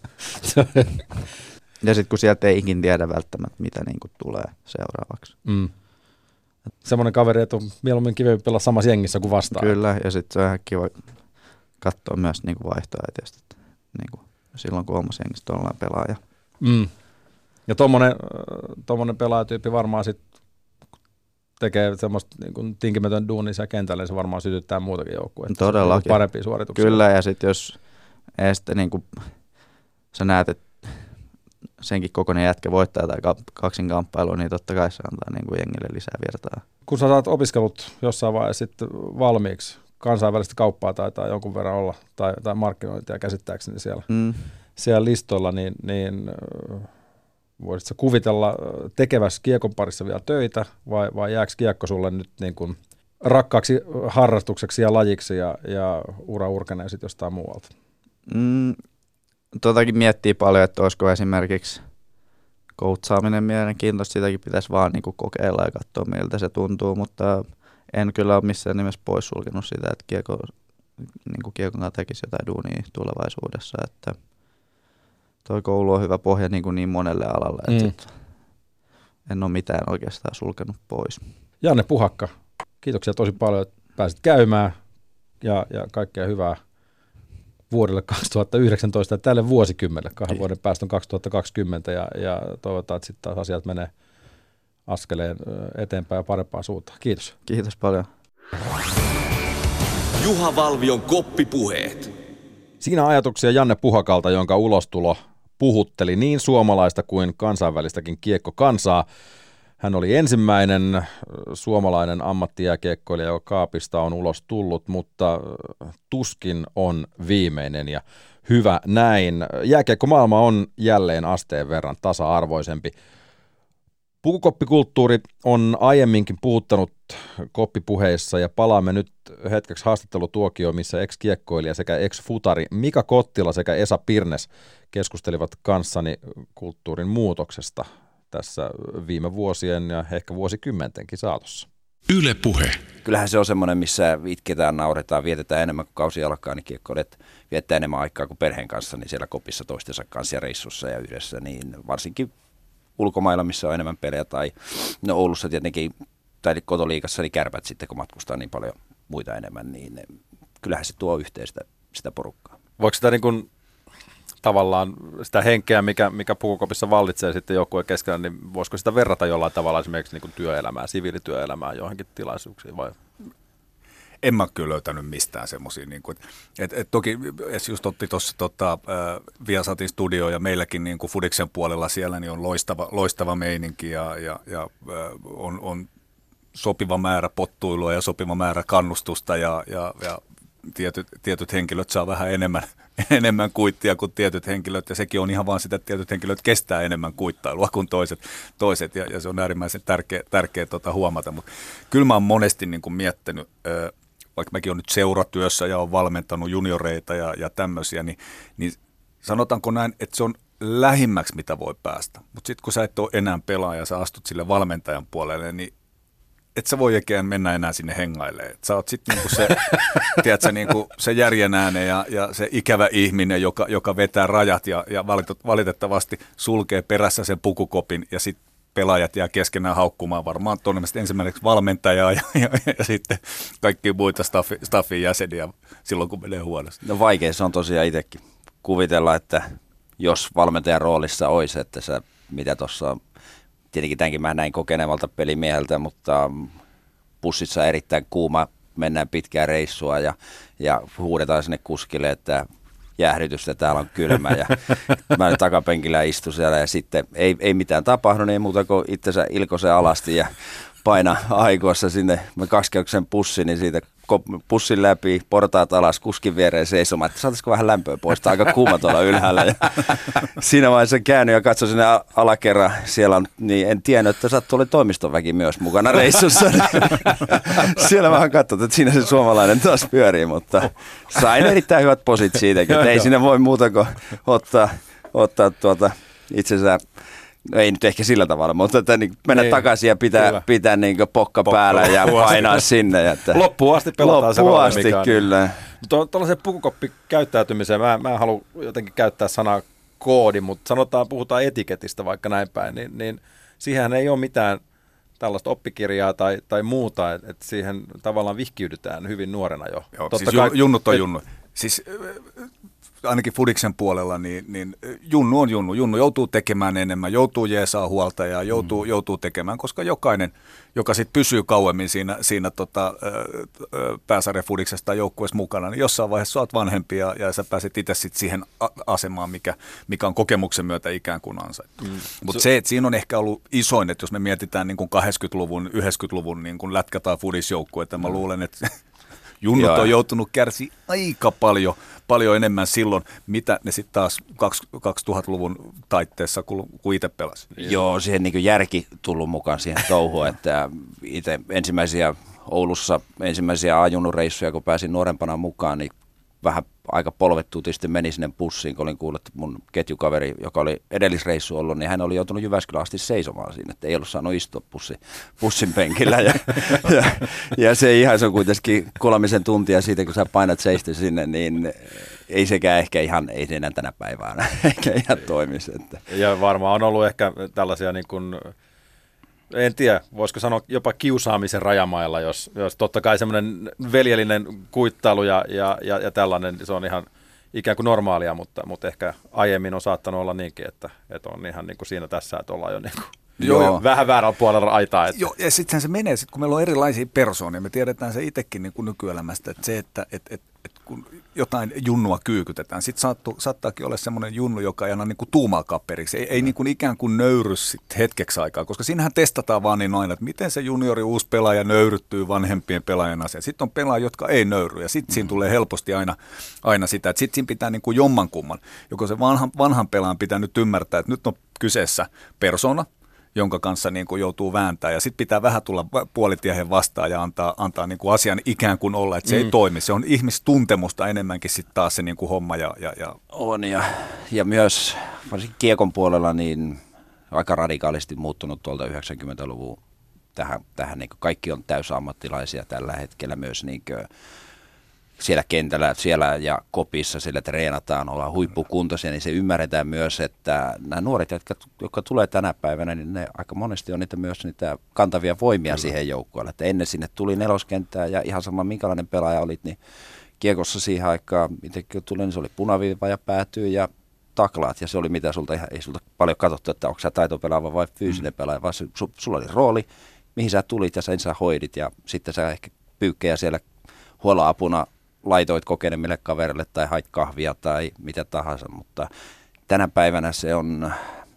Ja sitten kun sieltä ei ikin tiedä välttämättä, mitä niin kuin tulee seuraavaksi. Semmoinen kaveri, että on mieluummin kivempi pelaa samassa jengissä kuin vastaan. Kyllä, ja sitten se on ihan kiva katsoa myös niin kuin vaihtoa tietysti, että niin kuin silloin kun omassa jengissä ollaan pelaaja. Ja tommonen pelaajatyyppi varmaan sitten tekee semmoista niin kuin tinkimätön duunia siellä kentällä, niin se varmaan sytyttää muutakin joukkueita. Todellakin. Parempia suorituksia. Kyllä, ja sitten jos sitten niin kuin sä näet, että senkin kokoinen jätkä voittaa tai kaksinkamppailu, niin totta kai se antaa niin kuin jengille lisää virtaa. Kun sä saat opiskelut jossain vaiheessa sitten valmiiksi, kansainvälistä kauppaa taitaa jonkun verran olla, tai markkinointia käsittääkseni siellä listoilla, niin voisitko kuvitella tekevässä kiekon parissa vielä töitä, vai jääkö kiekko sulle nyt niin kuin rakkaaksi harrastukseksi ja lajiksi ja ura urkenee sitten jostain muualta? Totakin miettii paljon, että olisiko esimerkiksi coachaaminen mielenkiintoista, sitäkin pitäisi vaan niin kuin kokeilla ja katsoa miltä se tuntuu, mutta en kyllä ole missään nimessä poissulkenut sitä, että kiekon kanssa tekisi jotain duunia tulevaisuudessa, että toi koulu on hyvä pohja niin monelle alalle, että en ole mitään oikeastaan sulkenut pois. Janne Puhakka, kiitoksia tosi paljon, että pääsit käymään ja kaikkea hyvää vuodelle 2019 ja tälle vuosikymmenelle. 2 vuoden päästä on 2020 ja toivotaan, että sitten taas asiat menee askeleen eteenpäin ja parempaan suuntaan. Kiitos. Kiitos paljon. Juha Valvion koppipuheet. Siinä ajatuksia Janne Puhakalta, jonka ulostulo puhutteli niin suomalaista kuin kansainvälistäkin kiekkokansaa. Hän oli ensimmäinen suomalainen ammattijääkiekkoilija, joka kaapista on ulos tullut, mutta tuskin on viimeinen ja hyvä näin. Jääkiekkomaailma on jälleen asteen verran tasa-arvoisempi. Pukukoppikulttuuri on aiemminkin puhuttanut koppipuheissa ja palaamme nyt hetkeksi haastattelutuokioon, missä ex-kiekkoilija sekä ex-futari Mika Kottila sekä Esa Pirnes keskustelivat kanssani kulttuurin muutoksesta tässä viime vuosien ja ehkä vuosikymmentenkin saatossa. Yle Puhe. Kyllähän se on semmoinen, missä itketään, nauretaan, vietetään enemmän kuin kausi alkaa, niin kiekkoilijat viettää enemmän aikaa kuin perheen kanssa, niin siellä kopissa toistensa kanssa ja reissussa ja yhdessä, niin varsinkin ulkomailla, missä on enemmän pelejä, tai no Oulussa tietenkin, tai kotoliigassa, niin Kärpät sitten, kun matkustaa niin paljon muita enemmän, niin kyllähän se tuo yhteistä sitä porukkaa. Voiko sitä niin kuin tavallaan sitä henkeä, mikä Pukukopissa vallitsee sitten joukkueen keskellä, niin voisiko sitä verrata jollain tavalla esimerkiksi niin kuin työelämään, siviilityöelämään johonkin tilaisuuksiin vai? En mä kyllä löytänyt mistään semmoisia. Niin toki just otti tuossa Viasatin studio ja meilläkin niin kuin Fudiksen puolella siellä niin on loistava meininki ja on sopiva määrä pottuilua ja sopiva määrä kannustusta ja tietyt henkilöt saa vähän enemmän kuittia kuin tietyt henkilöt, ja sekin on ihan vaan sitä, että tietyt henkilöt kestää enemmän kuittailua kuin toiset ja se on äärimmäisen tärkeä huomata, mutta kyllä mä oon monesti niin kuin miettinyt, vaikka mäkin olen nyt seuratyössä ja olen valmentanut junioreita ja tämmöisiä, niin sanotaanko näin, että se on lähimmäksi, mitä voi päästä, mutta sitten kun sä et ole enää pelaaja ja sä astut sille valmentajan puolelle, niin et sä voi ikään mennä enää sinne hengailemaan. Et sä oot sitten niinku se, tiedätkö, niinku se järjen ääne ja se ikävä ihminen, joka vetää rajat ja valitettavasti sulkee perässä sen pukukopin ja sitten pelaajat jää keskenään haukkumaan varmaan todennäköisesti ensimmäiseksi valmentajaa ja sitten kaikki muita staffin jäseniä silloin, kun menee huonosti. No vaikea se on tosiaan itsekin kuvitella, että jos valmentajan roolissa olisi, että sä mitä tuossa tietenkin tämänkin mä näin kokenevalta pelimieheltä, mutta bussissa erittäin kuuma, mennään pitkää reissua ja huudetaan sinne kuskille, että jäähdytystä, täällä on kylmä ja mä nyt takapenkillä istun siellä ja sitten ei mitään tapahdu, niin muuta kuin itsensä ilkoisen alasti ja paina aikuassa sinne 2-kerroksen pussi, niin siitä pussin läpi, portaat alas, kuskin viereen seisomaan, että saataisiko vähän lämpöä pois, tämä on aika kuuma tuolla ylhäällä. Ja siinä vaiheessa käännyin ja katsoin sinne alakerran, siellä on, niin en tiennyt, että sattuu oli toimistonväki myös mukana reissussa. Siellä vähän katsoin, että siinä se suomalainen taas pyörii, mutta sain erittäin hyvät posit siitäkin, että ei siinä voi muuta kuin ottaa itsensä. No ei nyt ehkä sillä tavalla, mutta että niin mennä takaisin ja pitää niin pokka päällä ja painaa sinne. Että loppuun asti pelataan se rooli. Loppuun asti, kyllä. Tuollaisen pukukoppikäyttäytymiseen mä en halua jotenkin käyttää sanaa koodi, mutta puhutaan etiketistä vaikka näin päin, niin siihen ei ole mitään tällaista oppikirjaa tai muuta, että siihen tavallaan vihkiydytään hyvin nuorena jo. Joo, siis junnut on junnu. Siis ainakin Fudiksen puolella, niin junnu on junnu. Junnu joutuu tekemään enemmän, joutuu jeesaa huolta ja joutuu tekemään, koska jokainen, joka sitten pysyy kauemmin siinä pääsarjan Fudiksesta tai joukkueessa mukana, niin jossain vaiheessa sä oot vanhempi ja sä pääset itse sitten siihen asemaan, mikä on kokemuksen myötä ikään kuin ansaittu. Mutta se, että siinä on ehkä ollut isoin, että jos me mietitään niin kuin 80-luvun, 90-luvun niin kuin lätkä- tai Fudisjoukkuetta, mä luulen, että junnut on joutunut kärsiä aika paljon enemmän silloin, mitä ne sitten taas 2000-luvun taitteessa, kun itse pelasi. Joo, siihen niin kuin järki tullut mukaan siihen touhuun, että itse Oulussa ensimmäisiä A-junnureissuja, kun pääsin nuorempana mukaan, niin vähän aika polvettuutisti meni sinne bussiin, kun olin kuullut, että mun ketjukaveri, joka oli edellisreissu ollut, niin hän oli joutunut Jyväskylään asti seisomaan siinä, että ei ollut saanut istua bussin penkillä. Ja se on kuitenkin 3 tuntia siitä, kun sä painat seistä sinne, niin ei sekään ehkä ei enää tänä päivänä ehkä ihan toimisi. Että. Ja varmaan on ollut ehkä tällaisia niin kuin en tiedä, voisiko sanoa jopa kiusaamisen rajamailla, jos totta kai semmoinen veljellinen kuittailu ja tällainen, se on ihan ikään kuin normaalia, mutta ehkä aiemmin on saattanut olla niinkin, että on ihan niin kuin siinä tässä, että ollaan jo niin kuin vähän väärällä puolella aitaa. Että. Joo, ja sitten se menee, kun meillä on erilaisia persoonia, me tiedetään se itsekin niin kuin nykyelämästä, että se, että kun jotain junnua kyykytetään, sitten saattaakin olla semmoinen junnu, joka ei anna niin kuin tuumaa kapperiksi, ei niin kuin ikään kuin nöyry sit hetkeksi aikaa, koska siinähän testataan vaan niin aina, että miten se juniori uusi pelaaja nöyryttyy vanhempien pelaajan asiaan. Sitten on pelaajia, jotka ei nöyry, ja sitten siinä tulee helposti aina sitä, että sitten siinä pitää niin kuin jommankumman, joko se vanhan pelaajan pitää nyt ymmärtää, että nyt on kyseessä persona, jonka kanssa niin kuin joutuu vääntämään. Ja sitten pitää vähän tulla puolitiehen vastaan ja antaa niin kuin asian ikään kuin olla, että se ei toimi. Se on ihmistuntemusta enemmänkin sitten taas se niin kuin homma. On, ja myös varsinkin kiekon puolella niin aika radikaalisti muuttunut tuolta 90-luvun tähän niin kuin kaikki on täysammattilaisia tällä hetkellä myös niin kuin siellä kentällä, siellä ja kopissa, siellä treenataan, ollaan huippukuntoisia, niin se ymmärretään myös, että nämä nuoret, jotka tulee tänä päivänä, niin ne aika monesti on myös niitä kantavia voimia siihen joukkueelle. Että ennen sinne tuli neloskenttää ja ihan sama minkälainen pelaaja olit, niin kiekossa siihen aikaan, itsekin tuli, niin se oli punaviiva ja päätyy ja taklaat. Ja se oli mitä sulta, ei sulta paljon katsottu, että onko sä taitopelaava vai fyysinen pelaaja, vaan sulla oli rooli, mihin sä tulit ja sen sä hoidit ja sitten sä ehkä pyykkejä siellä huoltoapuna laitoit kokenemmille kaverille tai hait kahvia tai mitä tahansa, mutta tänä päivänä se on,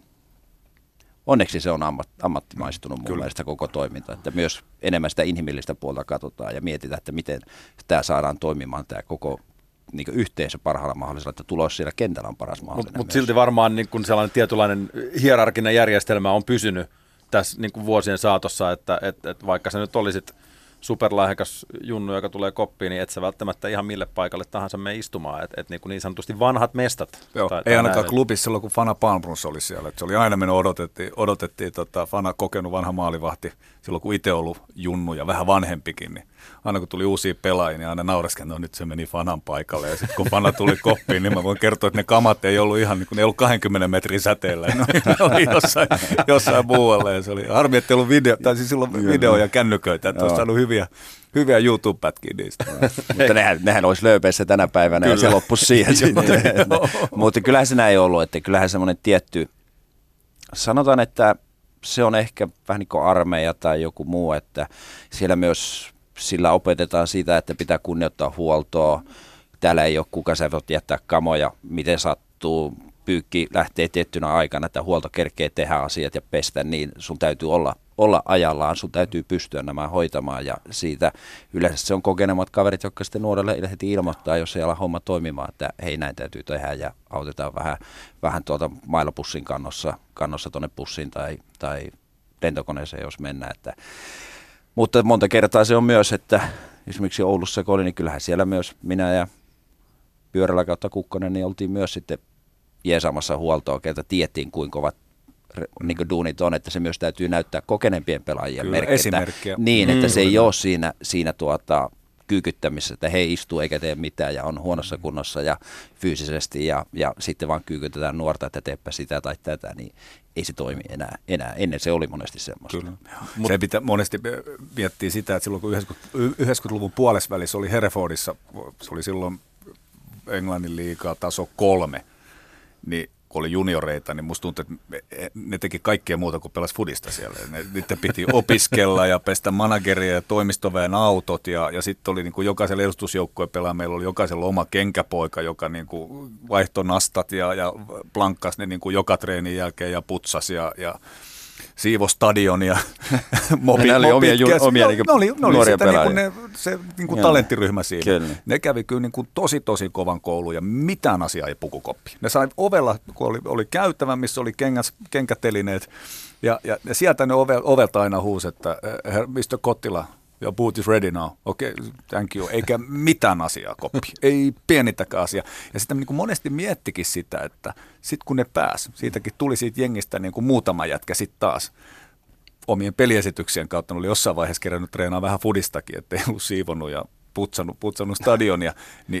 onneksi se on ammattimaistunut mun mielestä koko toiminta, että myös enemmän sitä inhimillistä puolta katsotaan ja mietitään, että miten tämä saadaan toimimaan tämä koko niin yhteisö parhaalla mahdollisella, että tulos siellä kentällä on paras mahdollinen. Mutta silti varmaan niin kun sellainen tietynlainen hierarkinen järjestelmä on pysynyt tässä niin kun vuosien saatossa, että vaikka sä nyt olisit superlahjakas junnu, joka tulee koppiin, niin et sä välttämättä ihan mille paikalle tahansa mene istumaan. Et niin sanotusti vanhat mestat. Joo, ei ainakaan klubissa silloin, kun Fana Palmbrunns oli siellä. Et se oli aina mennyt, odotettiin Fana kokenut vanha maalivahti, silloin kun itse ollut junnu ja vähän vanhempikin, niin aina kun tuli uusia pelaajia, niin aina naureskelin, että nyt se meni Fanan paikalle. Ja sitten kun Fana tuli koppiin, niin mä voin kertoa, että ne kamat ei ollut ihan, niin kuin ne ei ollut 20 metrin säteellä. Ne oli jossain muualla. Ja se oli harmi, että ei ollut video ja kännyköitä, että olisi saanut hyviä YouTube-pätkiä niistä. Mutta nehän olisi lööpeissä tänä päivänä ja se loppuisi siihen sitten. Mutta kyllähän se näin ollut, että kyllähän semmoinen tietty, sanotaan, että se on ehkä vähän niin kuin armeija tai joku muu, että siellä myös sillä opetetaan sitä, että pitää kunnioittaa huoltoa. Täällä ei ole kuka sä voit jättää kamoja, miten sattuu. Pyykki lähtee tiettynä aikana, että huolto kerkee tehdä asiat ja pestä, niin sun täytyy olla ajallaan, sun täytyy pystyä nämä hoitamaan ja siitä yleensä se on kokenemat kaverit, jotka sitten nuorelle heti ilmoittaa, jos ei ala homma toimimaan, että hei näin täytyy tehdä ja autetaan vähän tuolta mailapussin kannossa tuonne pussiin tai lentokoneeseen, jos mennään. Mutta monta kertaa se on myös, että esimerkiksi Oulussa kun oli, niin kyllähän siellä myös minä ja Pyörällä kautta Kukkonen, niin oltiin myös sitten jeesaamassa huoltoa, keltä tiedettiin kuinka kovat niin duunit on, että se myös täytyy näyttää kokeneempien pelaajien merkkiä. Niin, että se ei ole siinä kyykyttämisessä, että he istuu eikä tee mitään ja on huonossa kunnossa ja fyysisesti ja sitten vaan kyykytetään nuorta, että teepä sitä tai tätä, niin ei se toimi enää. Ennen se oli monesti semmoista. Kyllä. Se pitää monesti miettiä sitä, että silloin kun 90-luvun puolesvälissä oli Herefordissa, se oli silloin Englannin liigaa taso 3, niin kun oli junioreita, niin musta tuntuu, että ne teki kaikkea muuta kuin pelasi fudista siellä. Niiden piti opiskella ja pestä manageria ja toimistoväen autot ja sitten oli niin kuin jokaisella edustusjoukkueen pelaa, meillä oli jokaisella oma kenkäpoika, joka niin kuin vaihtoi nastat ja plankkasi ne niin kuin joka treenin jälkeen ja putsasi ja siivo stadion ja ne oli omia nuoria pelaajia. Se talenttiryhmä siinä. Kyllä. Ne kävi kyllä niin kuin tosi kovan koulun ja mitään asiaa ei pukukoppi. Ne sai ovella, kun oli käytävä, missä oli kenkätelineet ja sieltä ne ovelta aina huusi, että Mr. Kottila, your boot is ready now. Okei, thank you. Eikä mitään asiaa koppi. Ei pienittäkään asiaa. Ja sitten niin kuin monesti miettikin sitä, että sitten kun ne pääsi, siitäkin tuli siitä jengistä niin kuin muutama jätkä sitten taas omien peliesityksien kautta. Ne oli jossain vaiheessa kerännyt treenaa vähän fudistakin, ettei ollut siivonut ja putsannut stadionia. Niin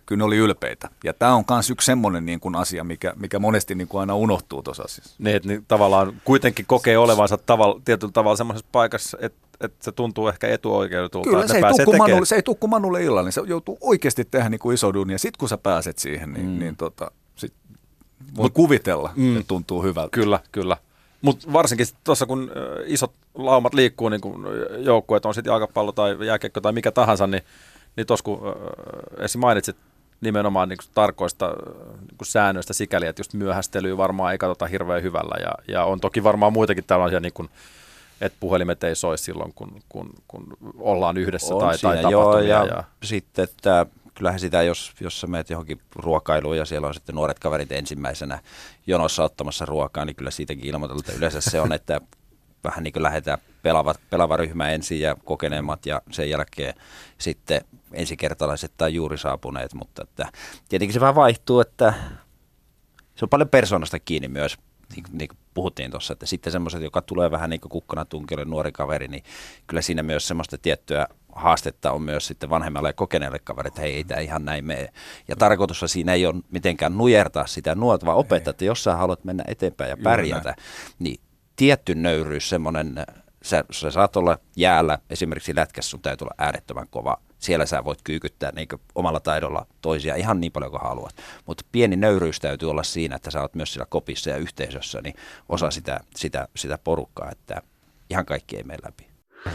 Kyllä ne oli ylpeitä. Ja tämä on myös yksi semmoinen niin kuin asia, mikä monesti niin kuin aina unohtuu tuossa asiassa. Niin tavallaan kuitenkin kokee olevansa tietyllä tavalla semmoisessa paikassa, että se tuntuu ehkä etuoikeutulta. Kyllä, se ei tule kuin Manulle illalla, niin se joutuu oikeasti tehdä niin kuin iso duunia. Sitten kun sä pääset siihen, niin sit voi kuvitella, että tuntuu hyvältä. Kyllä. Mutta varsinkin tuossa, kun isot laumat liikkuu, niin kuin joukkueet on sitten jalkapallo tai jääkiekko tai mikä tahansa, niin tuossa kun esim. Mainitsit nimenomaan niin tarkoista niin säännöistä sikäli, että just myöhästelyä varmaan ei katsota hirveän hyvällä. Ja on toki varmaan muitakin tällaisia, niin kuin, että puhelimet ei soi silloin, kun ollaan yhdessä tai tapahtumia. Ja sitten, että kyllähän sitä, jos sä menet johonkin ruokailuun ja siellä on sitten nuoret kaverit ensimmäisenä jonossa ottamassa ruokaa, niin kyllä siitäkin ilmoitelta yleensä se on, että vähän niin kuin lähdetään pelaava ryhmä ensin ja kokeneemmat ja sen jälkeen sitten ensikertalaiset tai juuri saapuneet, mutta että tietenkin se vähän vaihtuu, että se on paljon persoonasta kiinni myös, niin kuin puhuttiin tuossa, että sitten semmoiset, joka tulee vähän niin kuin kukkana tunkille nuori kaveri, niin kyllä siinä myös semmoista tiettyä haastetta on myös sitten vanhemmalle ja kokeneelle kaverille, että hei, ei tämä ihan näin mene. Ja tarkoitus siinä ei ole mitenkään nujertaa sitä nuorta, vaan opettaa, että jos sä haluat mennä eteenpäin ja pärjätä, niin tietty nöyryys, semmoinen, sä saat olla jäällä, esimerkiksi lätkässä sun täytyy olla äärettömän kova. Siellä sä voit kyykyttää niin omalla taidolla toisia ihan niin paljon kuin haluat. Mutta pieni nöyryys täytyy olla siinä, että sä oot myös siellä kopissa ja yhteisössä, niin osa sitä porukkaa, että ihan kaikki ei mene läpi.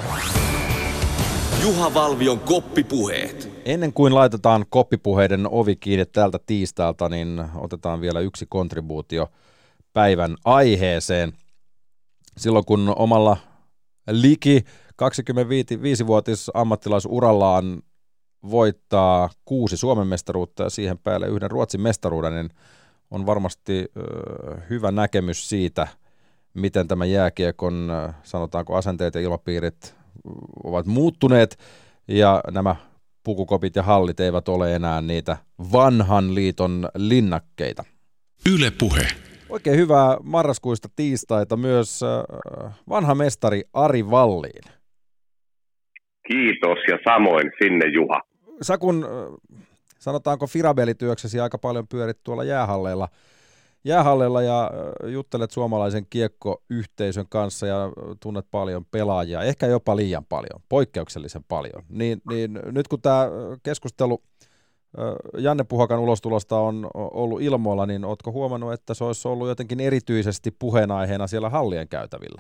Juha Valvion koppipuheet. Ennen kuin laitetaan koppipuheiden ovi kiinni tältä tiistailta, niin otetaan vielä yksi kontribuutio päivän aiheeseen. Silloin kun omalla liki 25-vuotis ammattilaisurallaan voittaa 6 Suomen mestaruutta ja siihen päälle 1 Ruotsin mestaruuden, niin on varmasti hyvä näkemys siitä, miten tämä jääkiekon, sanotaanko asenteet ja ilmapiirit ovat muuttuneet ja nämä pukukopit ja hallit eivät ole enää niitä vanhan liiton linnakkeita. Yle Puhe. Oikein hyvää marraskuista tiistaita myös vanha mestari Ari Wallin. Kiitos ja samoin sinne Juha. Sä kun sanotaanko firabelityöksesi aika paljon pyörit tuolla jäähalleilla ja juttelet suomalaisen kiekkoyhteisön kanssa ja tunnet paljon pelaajia, ehkä jopa liian paljon, poikkeuksellisen paljon. Niin nyt kun tämä keskustelu Janne Puhakan ulostulosta on ollut ilmoilla, niin ootko huomannut, että se olisi ollut jotenkin erityisesti puheenaiheena siellä hallien käytävillä?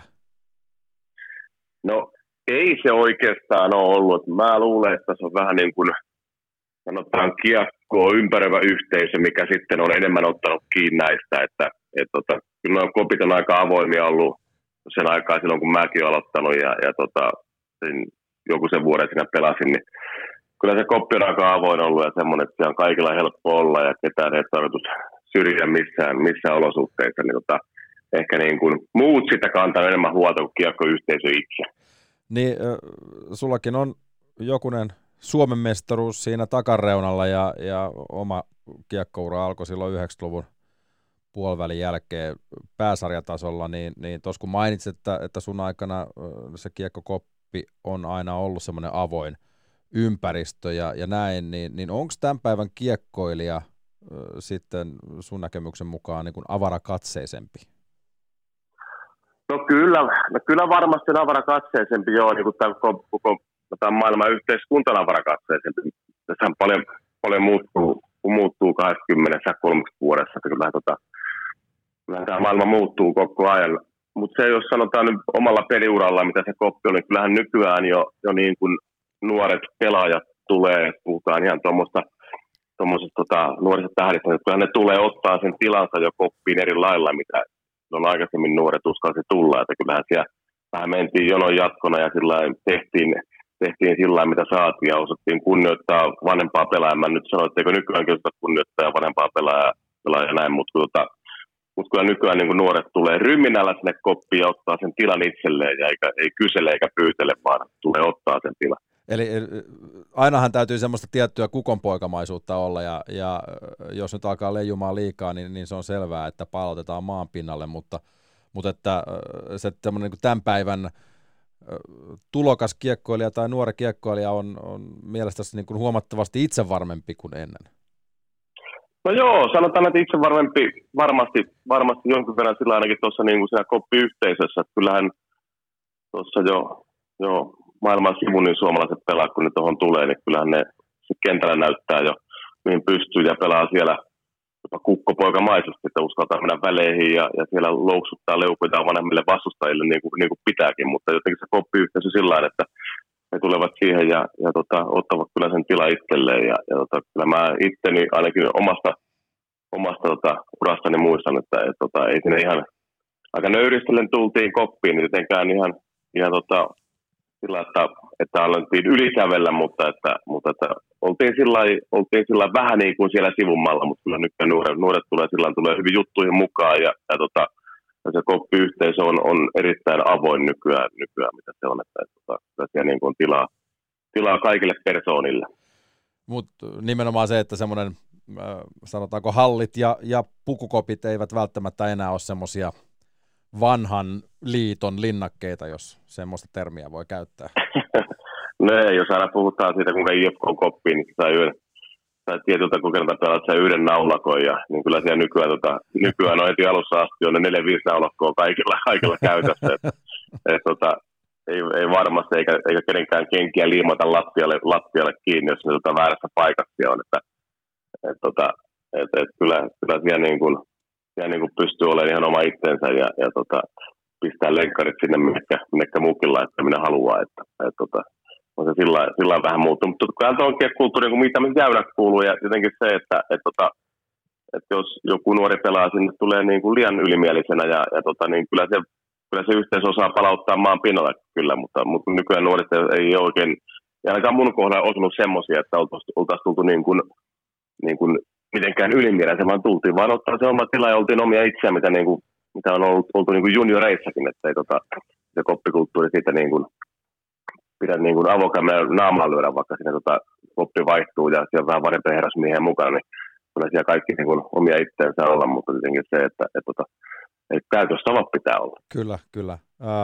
No ei se oikeastaan ole ollut. Mä luulen, että se on vähän niin kuin sanotaan kiekkoa ympäröivä yhteisö, mikä sitten on enemmän ottanut kiinni näistä, että kyllä nuo kopit on aika avoimia ollut sen aikaa silloin, kun mäkin olen aloittanut ja joku sen vuoden siinä pelasin, niin kyllä se koppi on aika avoin ollut ja semmoinen, että se on kaikilla helppo olla ja ketään ei tarkoitus syrjiä missään olosuhteissa, niin ehkä niin kuin muut sitä kantaa enemmän huolta kuin kiekkoyhteisö itse. Niin, sullakin on jokunen Suomen mestaruus siinä takareunalla ja oma kiekkoura alkoi silloin 90-luvun puolivälin jälkeen pääsarjatasolla, niin tuossa kun mainitsit, että sun aikana se kiekkokoppi on aina ollut semmoinen avoin ympäristö ja näin, niin onko tämän päivän kiekkoilija sitten sun näkemyksen mukaan niin kuin avarakatseisempi? No kyllä varmasti on avarakatseisempi, joo, niin kuin tämä maailman yhteiskunta on avarakatseisempi. Tässä on paljon muuttuu 23 vuodessa, että kyllähän tämä maailma muuttuu koko ajan. Mutta se, jos sanotaan nyt omalla peliuralla, mitä se koppi on, niin kyllähän nykyään jo niin kuin nuoret pelaajat tulee, puhutaan ihan tuommoisesta nuorista tähdistä, että kyllähän ne tulee ottaa sen tilansa jo koppiin eri lailla, mitä on aikaisemmin nuoret uskalsi tulla, että kyllähän siellä vähän mentiin jonon jatkona ja sillä tehtiin sillä mitä saatiin ja osattiin kunnioittaa vanhempaa pelaajaa. Mä nyt sanoin, etteikö nykyäänkin osata kunnioittaa vanhempaa pelaajaa näin, mutta kyllä nykyään niin nuoret tulee ryminällä sinne koppiin ja ottaa sen tilan itselleen ja ei kysele eikä pyytele, vaan tulee ottaa sen tilan. Eli ainahan täytyy semmoista tiettyä kukonpoikamaisuutta olla, ja jos nyt alkaa leijumaan liikaa, niin se on selvää, että palautetaan maan pinnalle, mutta että se tämmöinen niin tämän päivän tulokas kiekkoilija tai nuori kiekkoilija on mielestäni niin kuin huomattavasti itsevarmempi kuin ennen. No joo, sanotaan, että itse varmasti jonkun verran sillä ainakin tuossa niin kuin siinä koppiyhteisössä, että kyllähän tuossa jo maailman sivun niin suomalaiset pelaa, kun ne tuohon tulee, niin kyllähän ne se kentällä näyttää jo, mihin pystyy ja pelaa siellä jopa kukkopoikamaisesti, että uskaltaa mennä väleihin ja siellä louksuttaa leukuja vanhemmille vastustajille niin kuin pitääkin, mutta jotenkin se koppiyhteisö sillä tavalla, että ne tulevat siihen ja ottavat kyllä sen tila itselleen ja kyllä mä itteni ainakin omasta urastani muistan, että ei sinne ihan aika nöyristellen tultiin koppiin, niin jotenkään ihan sillä, että alettiin ylikävellä, mutta että oltiin sillä vähän niin kuin siellä sivummalla, mutta kyllä nyt nuoret tulee hyvin juttuihin mukaan ja se koppiyhteisö on erittäin avoin nykyään mitä se on, että siellä niin kuin on tilaa kaikille persoonille. Mutta nimenomaan se, että semmoinen, sanotaanko hallit ja pukukopit eivät välttämättä enää ole semmoisia vanhan liiton linnakkeita, jos semmoista termiä voi käyttää. No jos aina puhutaan siitä, kuinka IFK on koppiin, niin sai tietyltä kokeilta pelata yhden naulakon, ja niin kyllä siellä nykyään on heti alussa asti on ne 4-5 naulakkoa kaikilla käytössä. Ei varmasti, eikä kenenkään kenkiä liimata lattialle kiinni, jos ne väärässä paikassa on. Kyllä siellä niin kuin pystyy olemaan ihan oma itsensä ja pistää lenkkarit sinne, minnekä muukin laittaa, minä haluaa. On se sillä vähän muuttunut. Mutta kyllä tuo on kulttuuri, kun mitä jäynät kuuluu, ja jotenkin se, että jos joku nuori pelaa sinne, tulee niin kuin liian ylimielisenä, niin kyllä se yhteisö osaa palauttaa maan pinnalle kyllä, mutta nykyään nuoret ei oikein, ja ainakaan mun kohdalla osunut semmoisia, että oltaisiin tultu niin kuin mitenkään ylimielisen, vaan tultiin vaan ottaa se oma tila ja oltiin omia itseä, mitä on oltu niin kuin junioreissakin, että ei se koppikulttuuri siitä niin kuin pidä niin kuin avokämmenen naamaan lyödä, vaikka siinä koppi vaihtuu ja siellä on vähän vanhempi herrasmiehen mukana, niin kyllä siellä kaikki niin kuin omia itseensä olla, mutta tietenkin se, että käytöstavat pitää olla. Kyllä.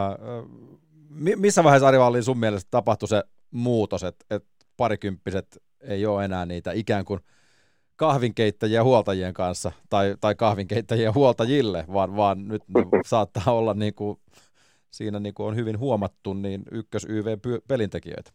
Missä vaiheessa, Ari-Valli, sun mielestä tapahtui se muutos, että parikymppiset ei ole enää niitä ikään kuin kahvinkeittäjiä huoltajien kanssa tai kahvinkeittäjiä huoltajille, vaan nyt saattaa olla niin kuin, siinä niin kuin on hyvin huomattu niin ykkös-YV-pelintekijöitä?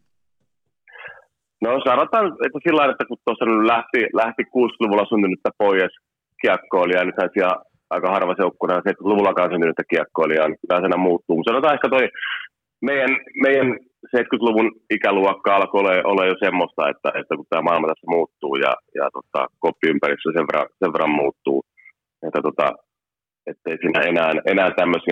No sanotaan, että sillä tavalla, että kun tuossa lähti 60-luvulla syntynyttä pois kiekkoilija, nyt siellä aika harva seukkuna 70-luvullakaan syntynyttä kiekkoilijaa, niin kyllä siinä muuttuu. Mutta sanotaan ehkä toi meidän 70-luvun ikäluokka alkoi olla jo semmoista, että kun tämä maailma tässä muuttuu ja koppiympäristö sen verran muuttuu, että ei siinä enää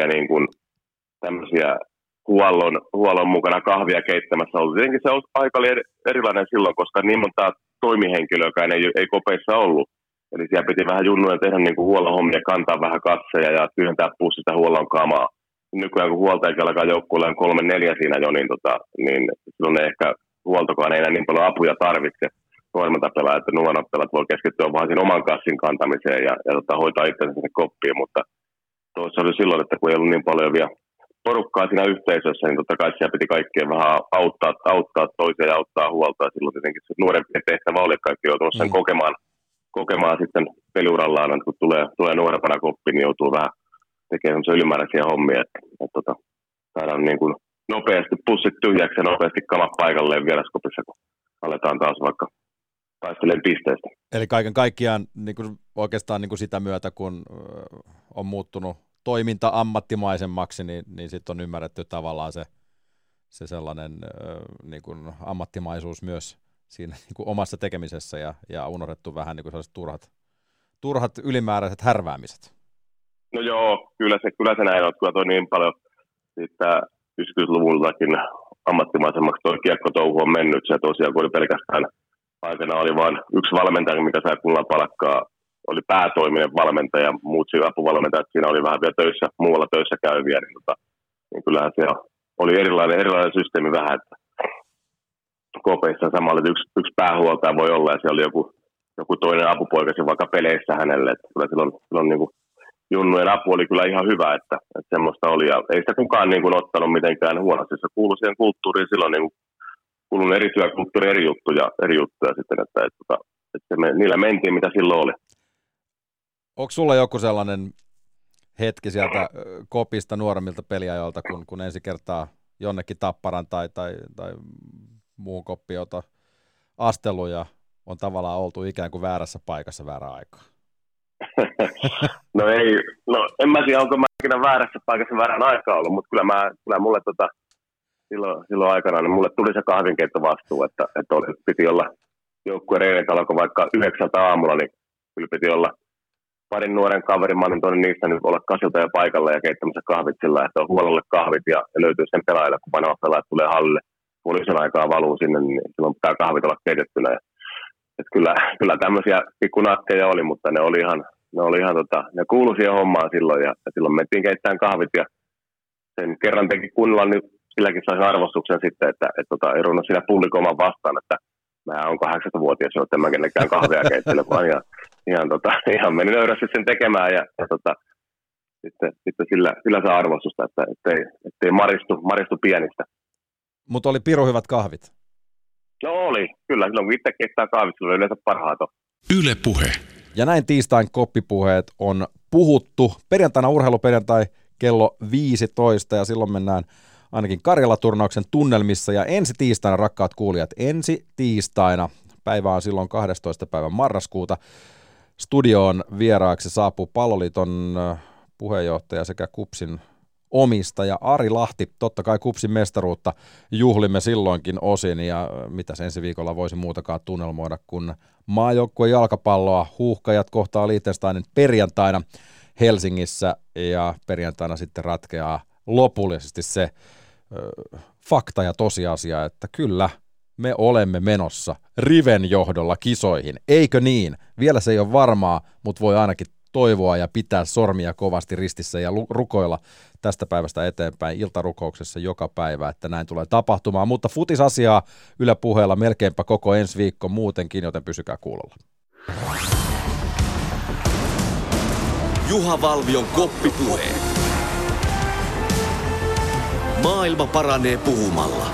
tämmöisiä huollon mukana kahvia keittämässä ollut. Tietenkin se aika oli erilainen silloin, koska niin monta toimihenkilöäkään ei kopeissa ollut. Eli siellä piti vähän junnuja tehdä niin kuin huollon hommia, kantaa vähän katseja ja tyhjentää pussista huollon kamaa. Nykyään kun huoltajakin alkaa joukkueella 3-4 siinä jo, niin silloin ehkä huoltokaan ei enää niin paljon apuja tarvitse nuoremmalta pelaa, että nuoremmat pelaat voi keskittyä vaan siinä oman kassin kantamiseen ja hoitaa itsensä sinne koppiin, mutta tuossa oli silloin, että kun ei ollut niin paljon vielä porukkaa siinä yhteisössä, niin totta kai siellä piti kaikkien vähän auttaa toisia ja auttaa huolta, ja silloin tietenkin se nuorempien tehtävä oli, että kaikki joutunut sen kokemaan sitten peliurallaan, että kun tulee nuorempana koppiin, niin joutuu vähän tekemään sellaisia ylimääräisiä hommia, että saadaan niin kuin nopeasti pussit tyhjäksi ja nopeasti kamat paikalleen vieraskopissa, kun aletaan taas vaikka taistelemaan pisteestä. Eli kaiken kaikkiaan niin kuin oikeastaan niin kuin sitä myötä, kun on muuttunut toiminta ammattimaisemmaksi, niin sitten on ymmärretty tavallaan se sellainen niin kuin ammattimaisuus myös siinä niin kuin omassa tekemisessä ja unohdettu vähän niin kuin sellaiset turhat ylimääräiset härväämiset. No joo, kyllä se näin on. Kyllä toi niin paljon siitä 90-luvultakin ammattimaisemmaksi tuo kiekkotouhu on mennyt. Se tosiaan, kun oli pelkästään aikana oli vain yksi valmentaja, mikä sai kunnolla palkkaa, oli päätoiminen valmentaja, muut apuvalmentajat siinä oli vähän vielä muualla töissä käyviä, niin kyllähän se oli erilainen systeemi vähän, että kopeissa samalla, että yksi päähuoltaja voi olla ja siellä oli joku toinen apupoika vaikka peleissä hänelle, että kyllä silloin niin kuin junnujen apu oli kyllä ihan hyvä, että semmoista oli, ja ei sitä kukaan niin kuin ottanut mitenkään huonosti, se kuului siihen kulttuuriin silloin niin kuului eri työkulttuuri, eri juttuja sitten, että niillä mentiin, mitä silloin oli. Onko sulla joku sellainen hetki sieltä kopista nuoremmilta peliajoilta, kun ensi kertaa jonnekin Tapparan tai muun koppiota astellut ja on tavallaan oltu ikään kuin väärässä paikassa väärään aikaan? En mä tiedä, onko mä ikinä väärässä paikassa väärän aikaa ollut, mutta kyllä mulle silloin aikana niin mulle tuli se kahvinkeittovastuu, että piti olla joukkueen reenit alkoi vaikka 9 aamulla, niin kyllä piti olla parin nuoren kaverin, mä olin tuonne niistä nyt olla 8 jo paikalla ja keittämässä kahvit sillä, että on huolelle kahvit ja löytyy sen pelaajille, kun painavat pelaajat tulee hallille, puolisen aikaa valuu sinne, niin silloin pitää kahvit olla keitettynä. Et kyllä tämmöisiä pikkunakkeja oli, mutta ne ne kuului siihen hommaan silloin ja silloin mentiin keittämään kahvit ja sen kerran teki kunnolla, niin silläkin sai arvostuksen sitten, että ei ruvennut siinä pullikomaan vastaan, että mä oon 8-vuotias, joten mä kenellekään kahvia keittele, vaan ihan meni nöyrästi sen tekemään ja sitten sillä saa arvostusta, että ettei maristu pienistä. Mutta oli pirun hyvät kahvit. No oli, kyllä. Silloin kun itse keittää kahvit, sillä on yleensä parhaat on. Yle Puhe. Ja näin tiistain koppipuheet on puhuttu. Perjantaina urheiluperjantai kello 15 ja silloin mennään ainakin Karjala-turnauksen tunnelmissa. Ja ensi tiistaina, rakkaat kuulijat, ensi tiistaina, päivä on silloin 12. päivän marraskuuta, studioon vieraaksi saapuu Palloliiton puheenjohtaja sekä KuPSin omistaja Ari Lahti. Totta kai KuPSin mestaruutta juhlimme silloinkin osin ja mitäs ensi viikolla voisi muutakaan tunnelmoida, kun maajoukkueen jalkapalloa Huuhkajat kohtaa Liechtensteinin perjantaina Helsingissä ja perjantaina sitten ratkeaa lopullisesti se fakta ja tosiasia, että kyllä me olemme menossa Riven johdolla kisoihin. Eikö niin? Vielä se ei ole varmaa, mutta voi ainakin toivoa ja pitää sormia kovasti ristissä ja rukoilla tästä päivästä eteenpäin iltarukouksessa joka päivä, että näin tulee tapahtumaan. Mutta futisasiaa Yle Puheella melkeinpä koko ensi viikko muutenkin, joten pysykää kuulolla. Juha Valvion koppipuhe. Maailma paranee puhumalla.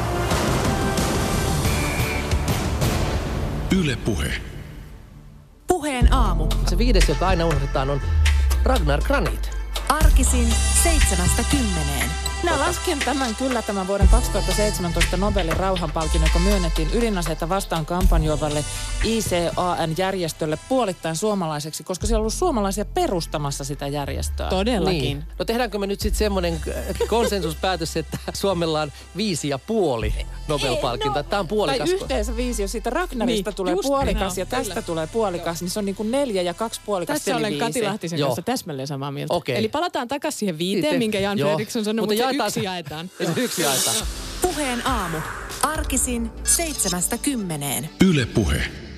Yle Puhe. Puheen aamu. Se 5, joka aina unohdetaan, on Ragnar Granit. Arkisin 7-10. Minä lasken tämän vuoden 2017 Nobelin rauhanpalkinnon, joka myönnettiin ydinaseita vastaan kampanjoivalle ICAN-järjestölle puolittain suomalaiseksi, koska siellä on ollut suomalaisia perustamassa sitä järjestöä. Todellakin. Niin. No tehdäänkö me nyt sitten semmoinen konsensuspäätös, että Suomella on 5,5 Nobel-palkintoa? Tämä on puolikas. Tai yhteensä 5, jos siitä Ragnarista tulee puolikas ja tästä tulee puolikas, niin se on niin kuin 4 ja 2 puolikas. Tässä olen Kati Lahtisen kanssa täsmälleen samaa mieltä. Okay. Eli palataan takaisin siihen 5, minkä Jan Fredriksson sanoi, mutta yksi jaetaan. Yksi jaetaan. Puheen aamu. Arkisin 7-10. Yle Puhe.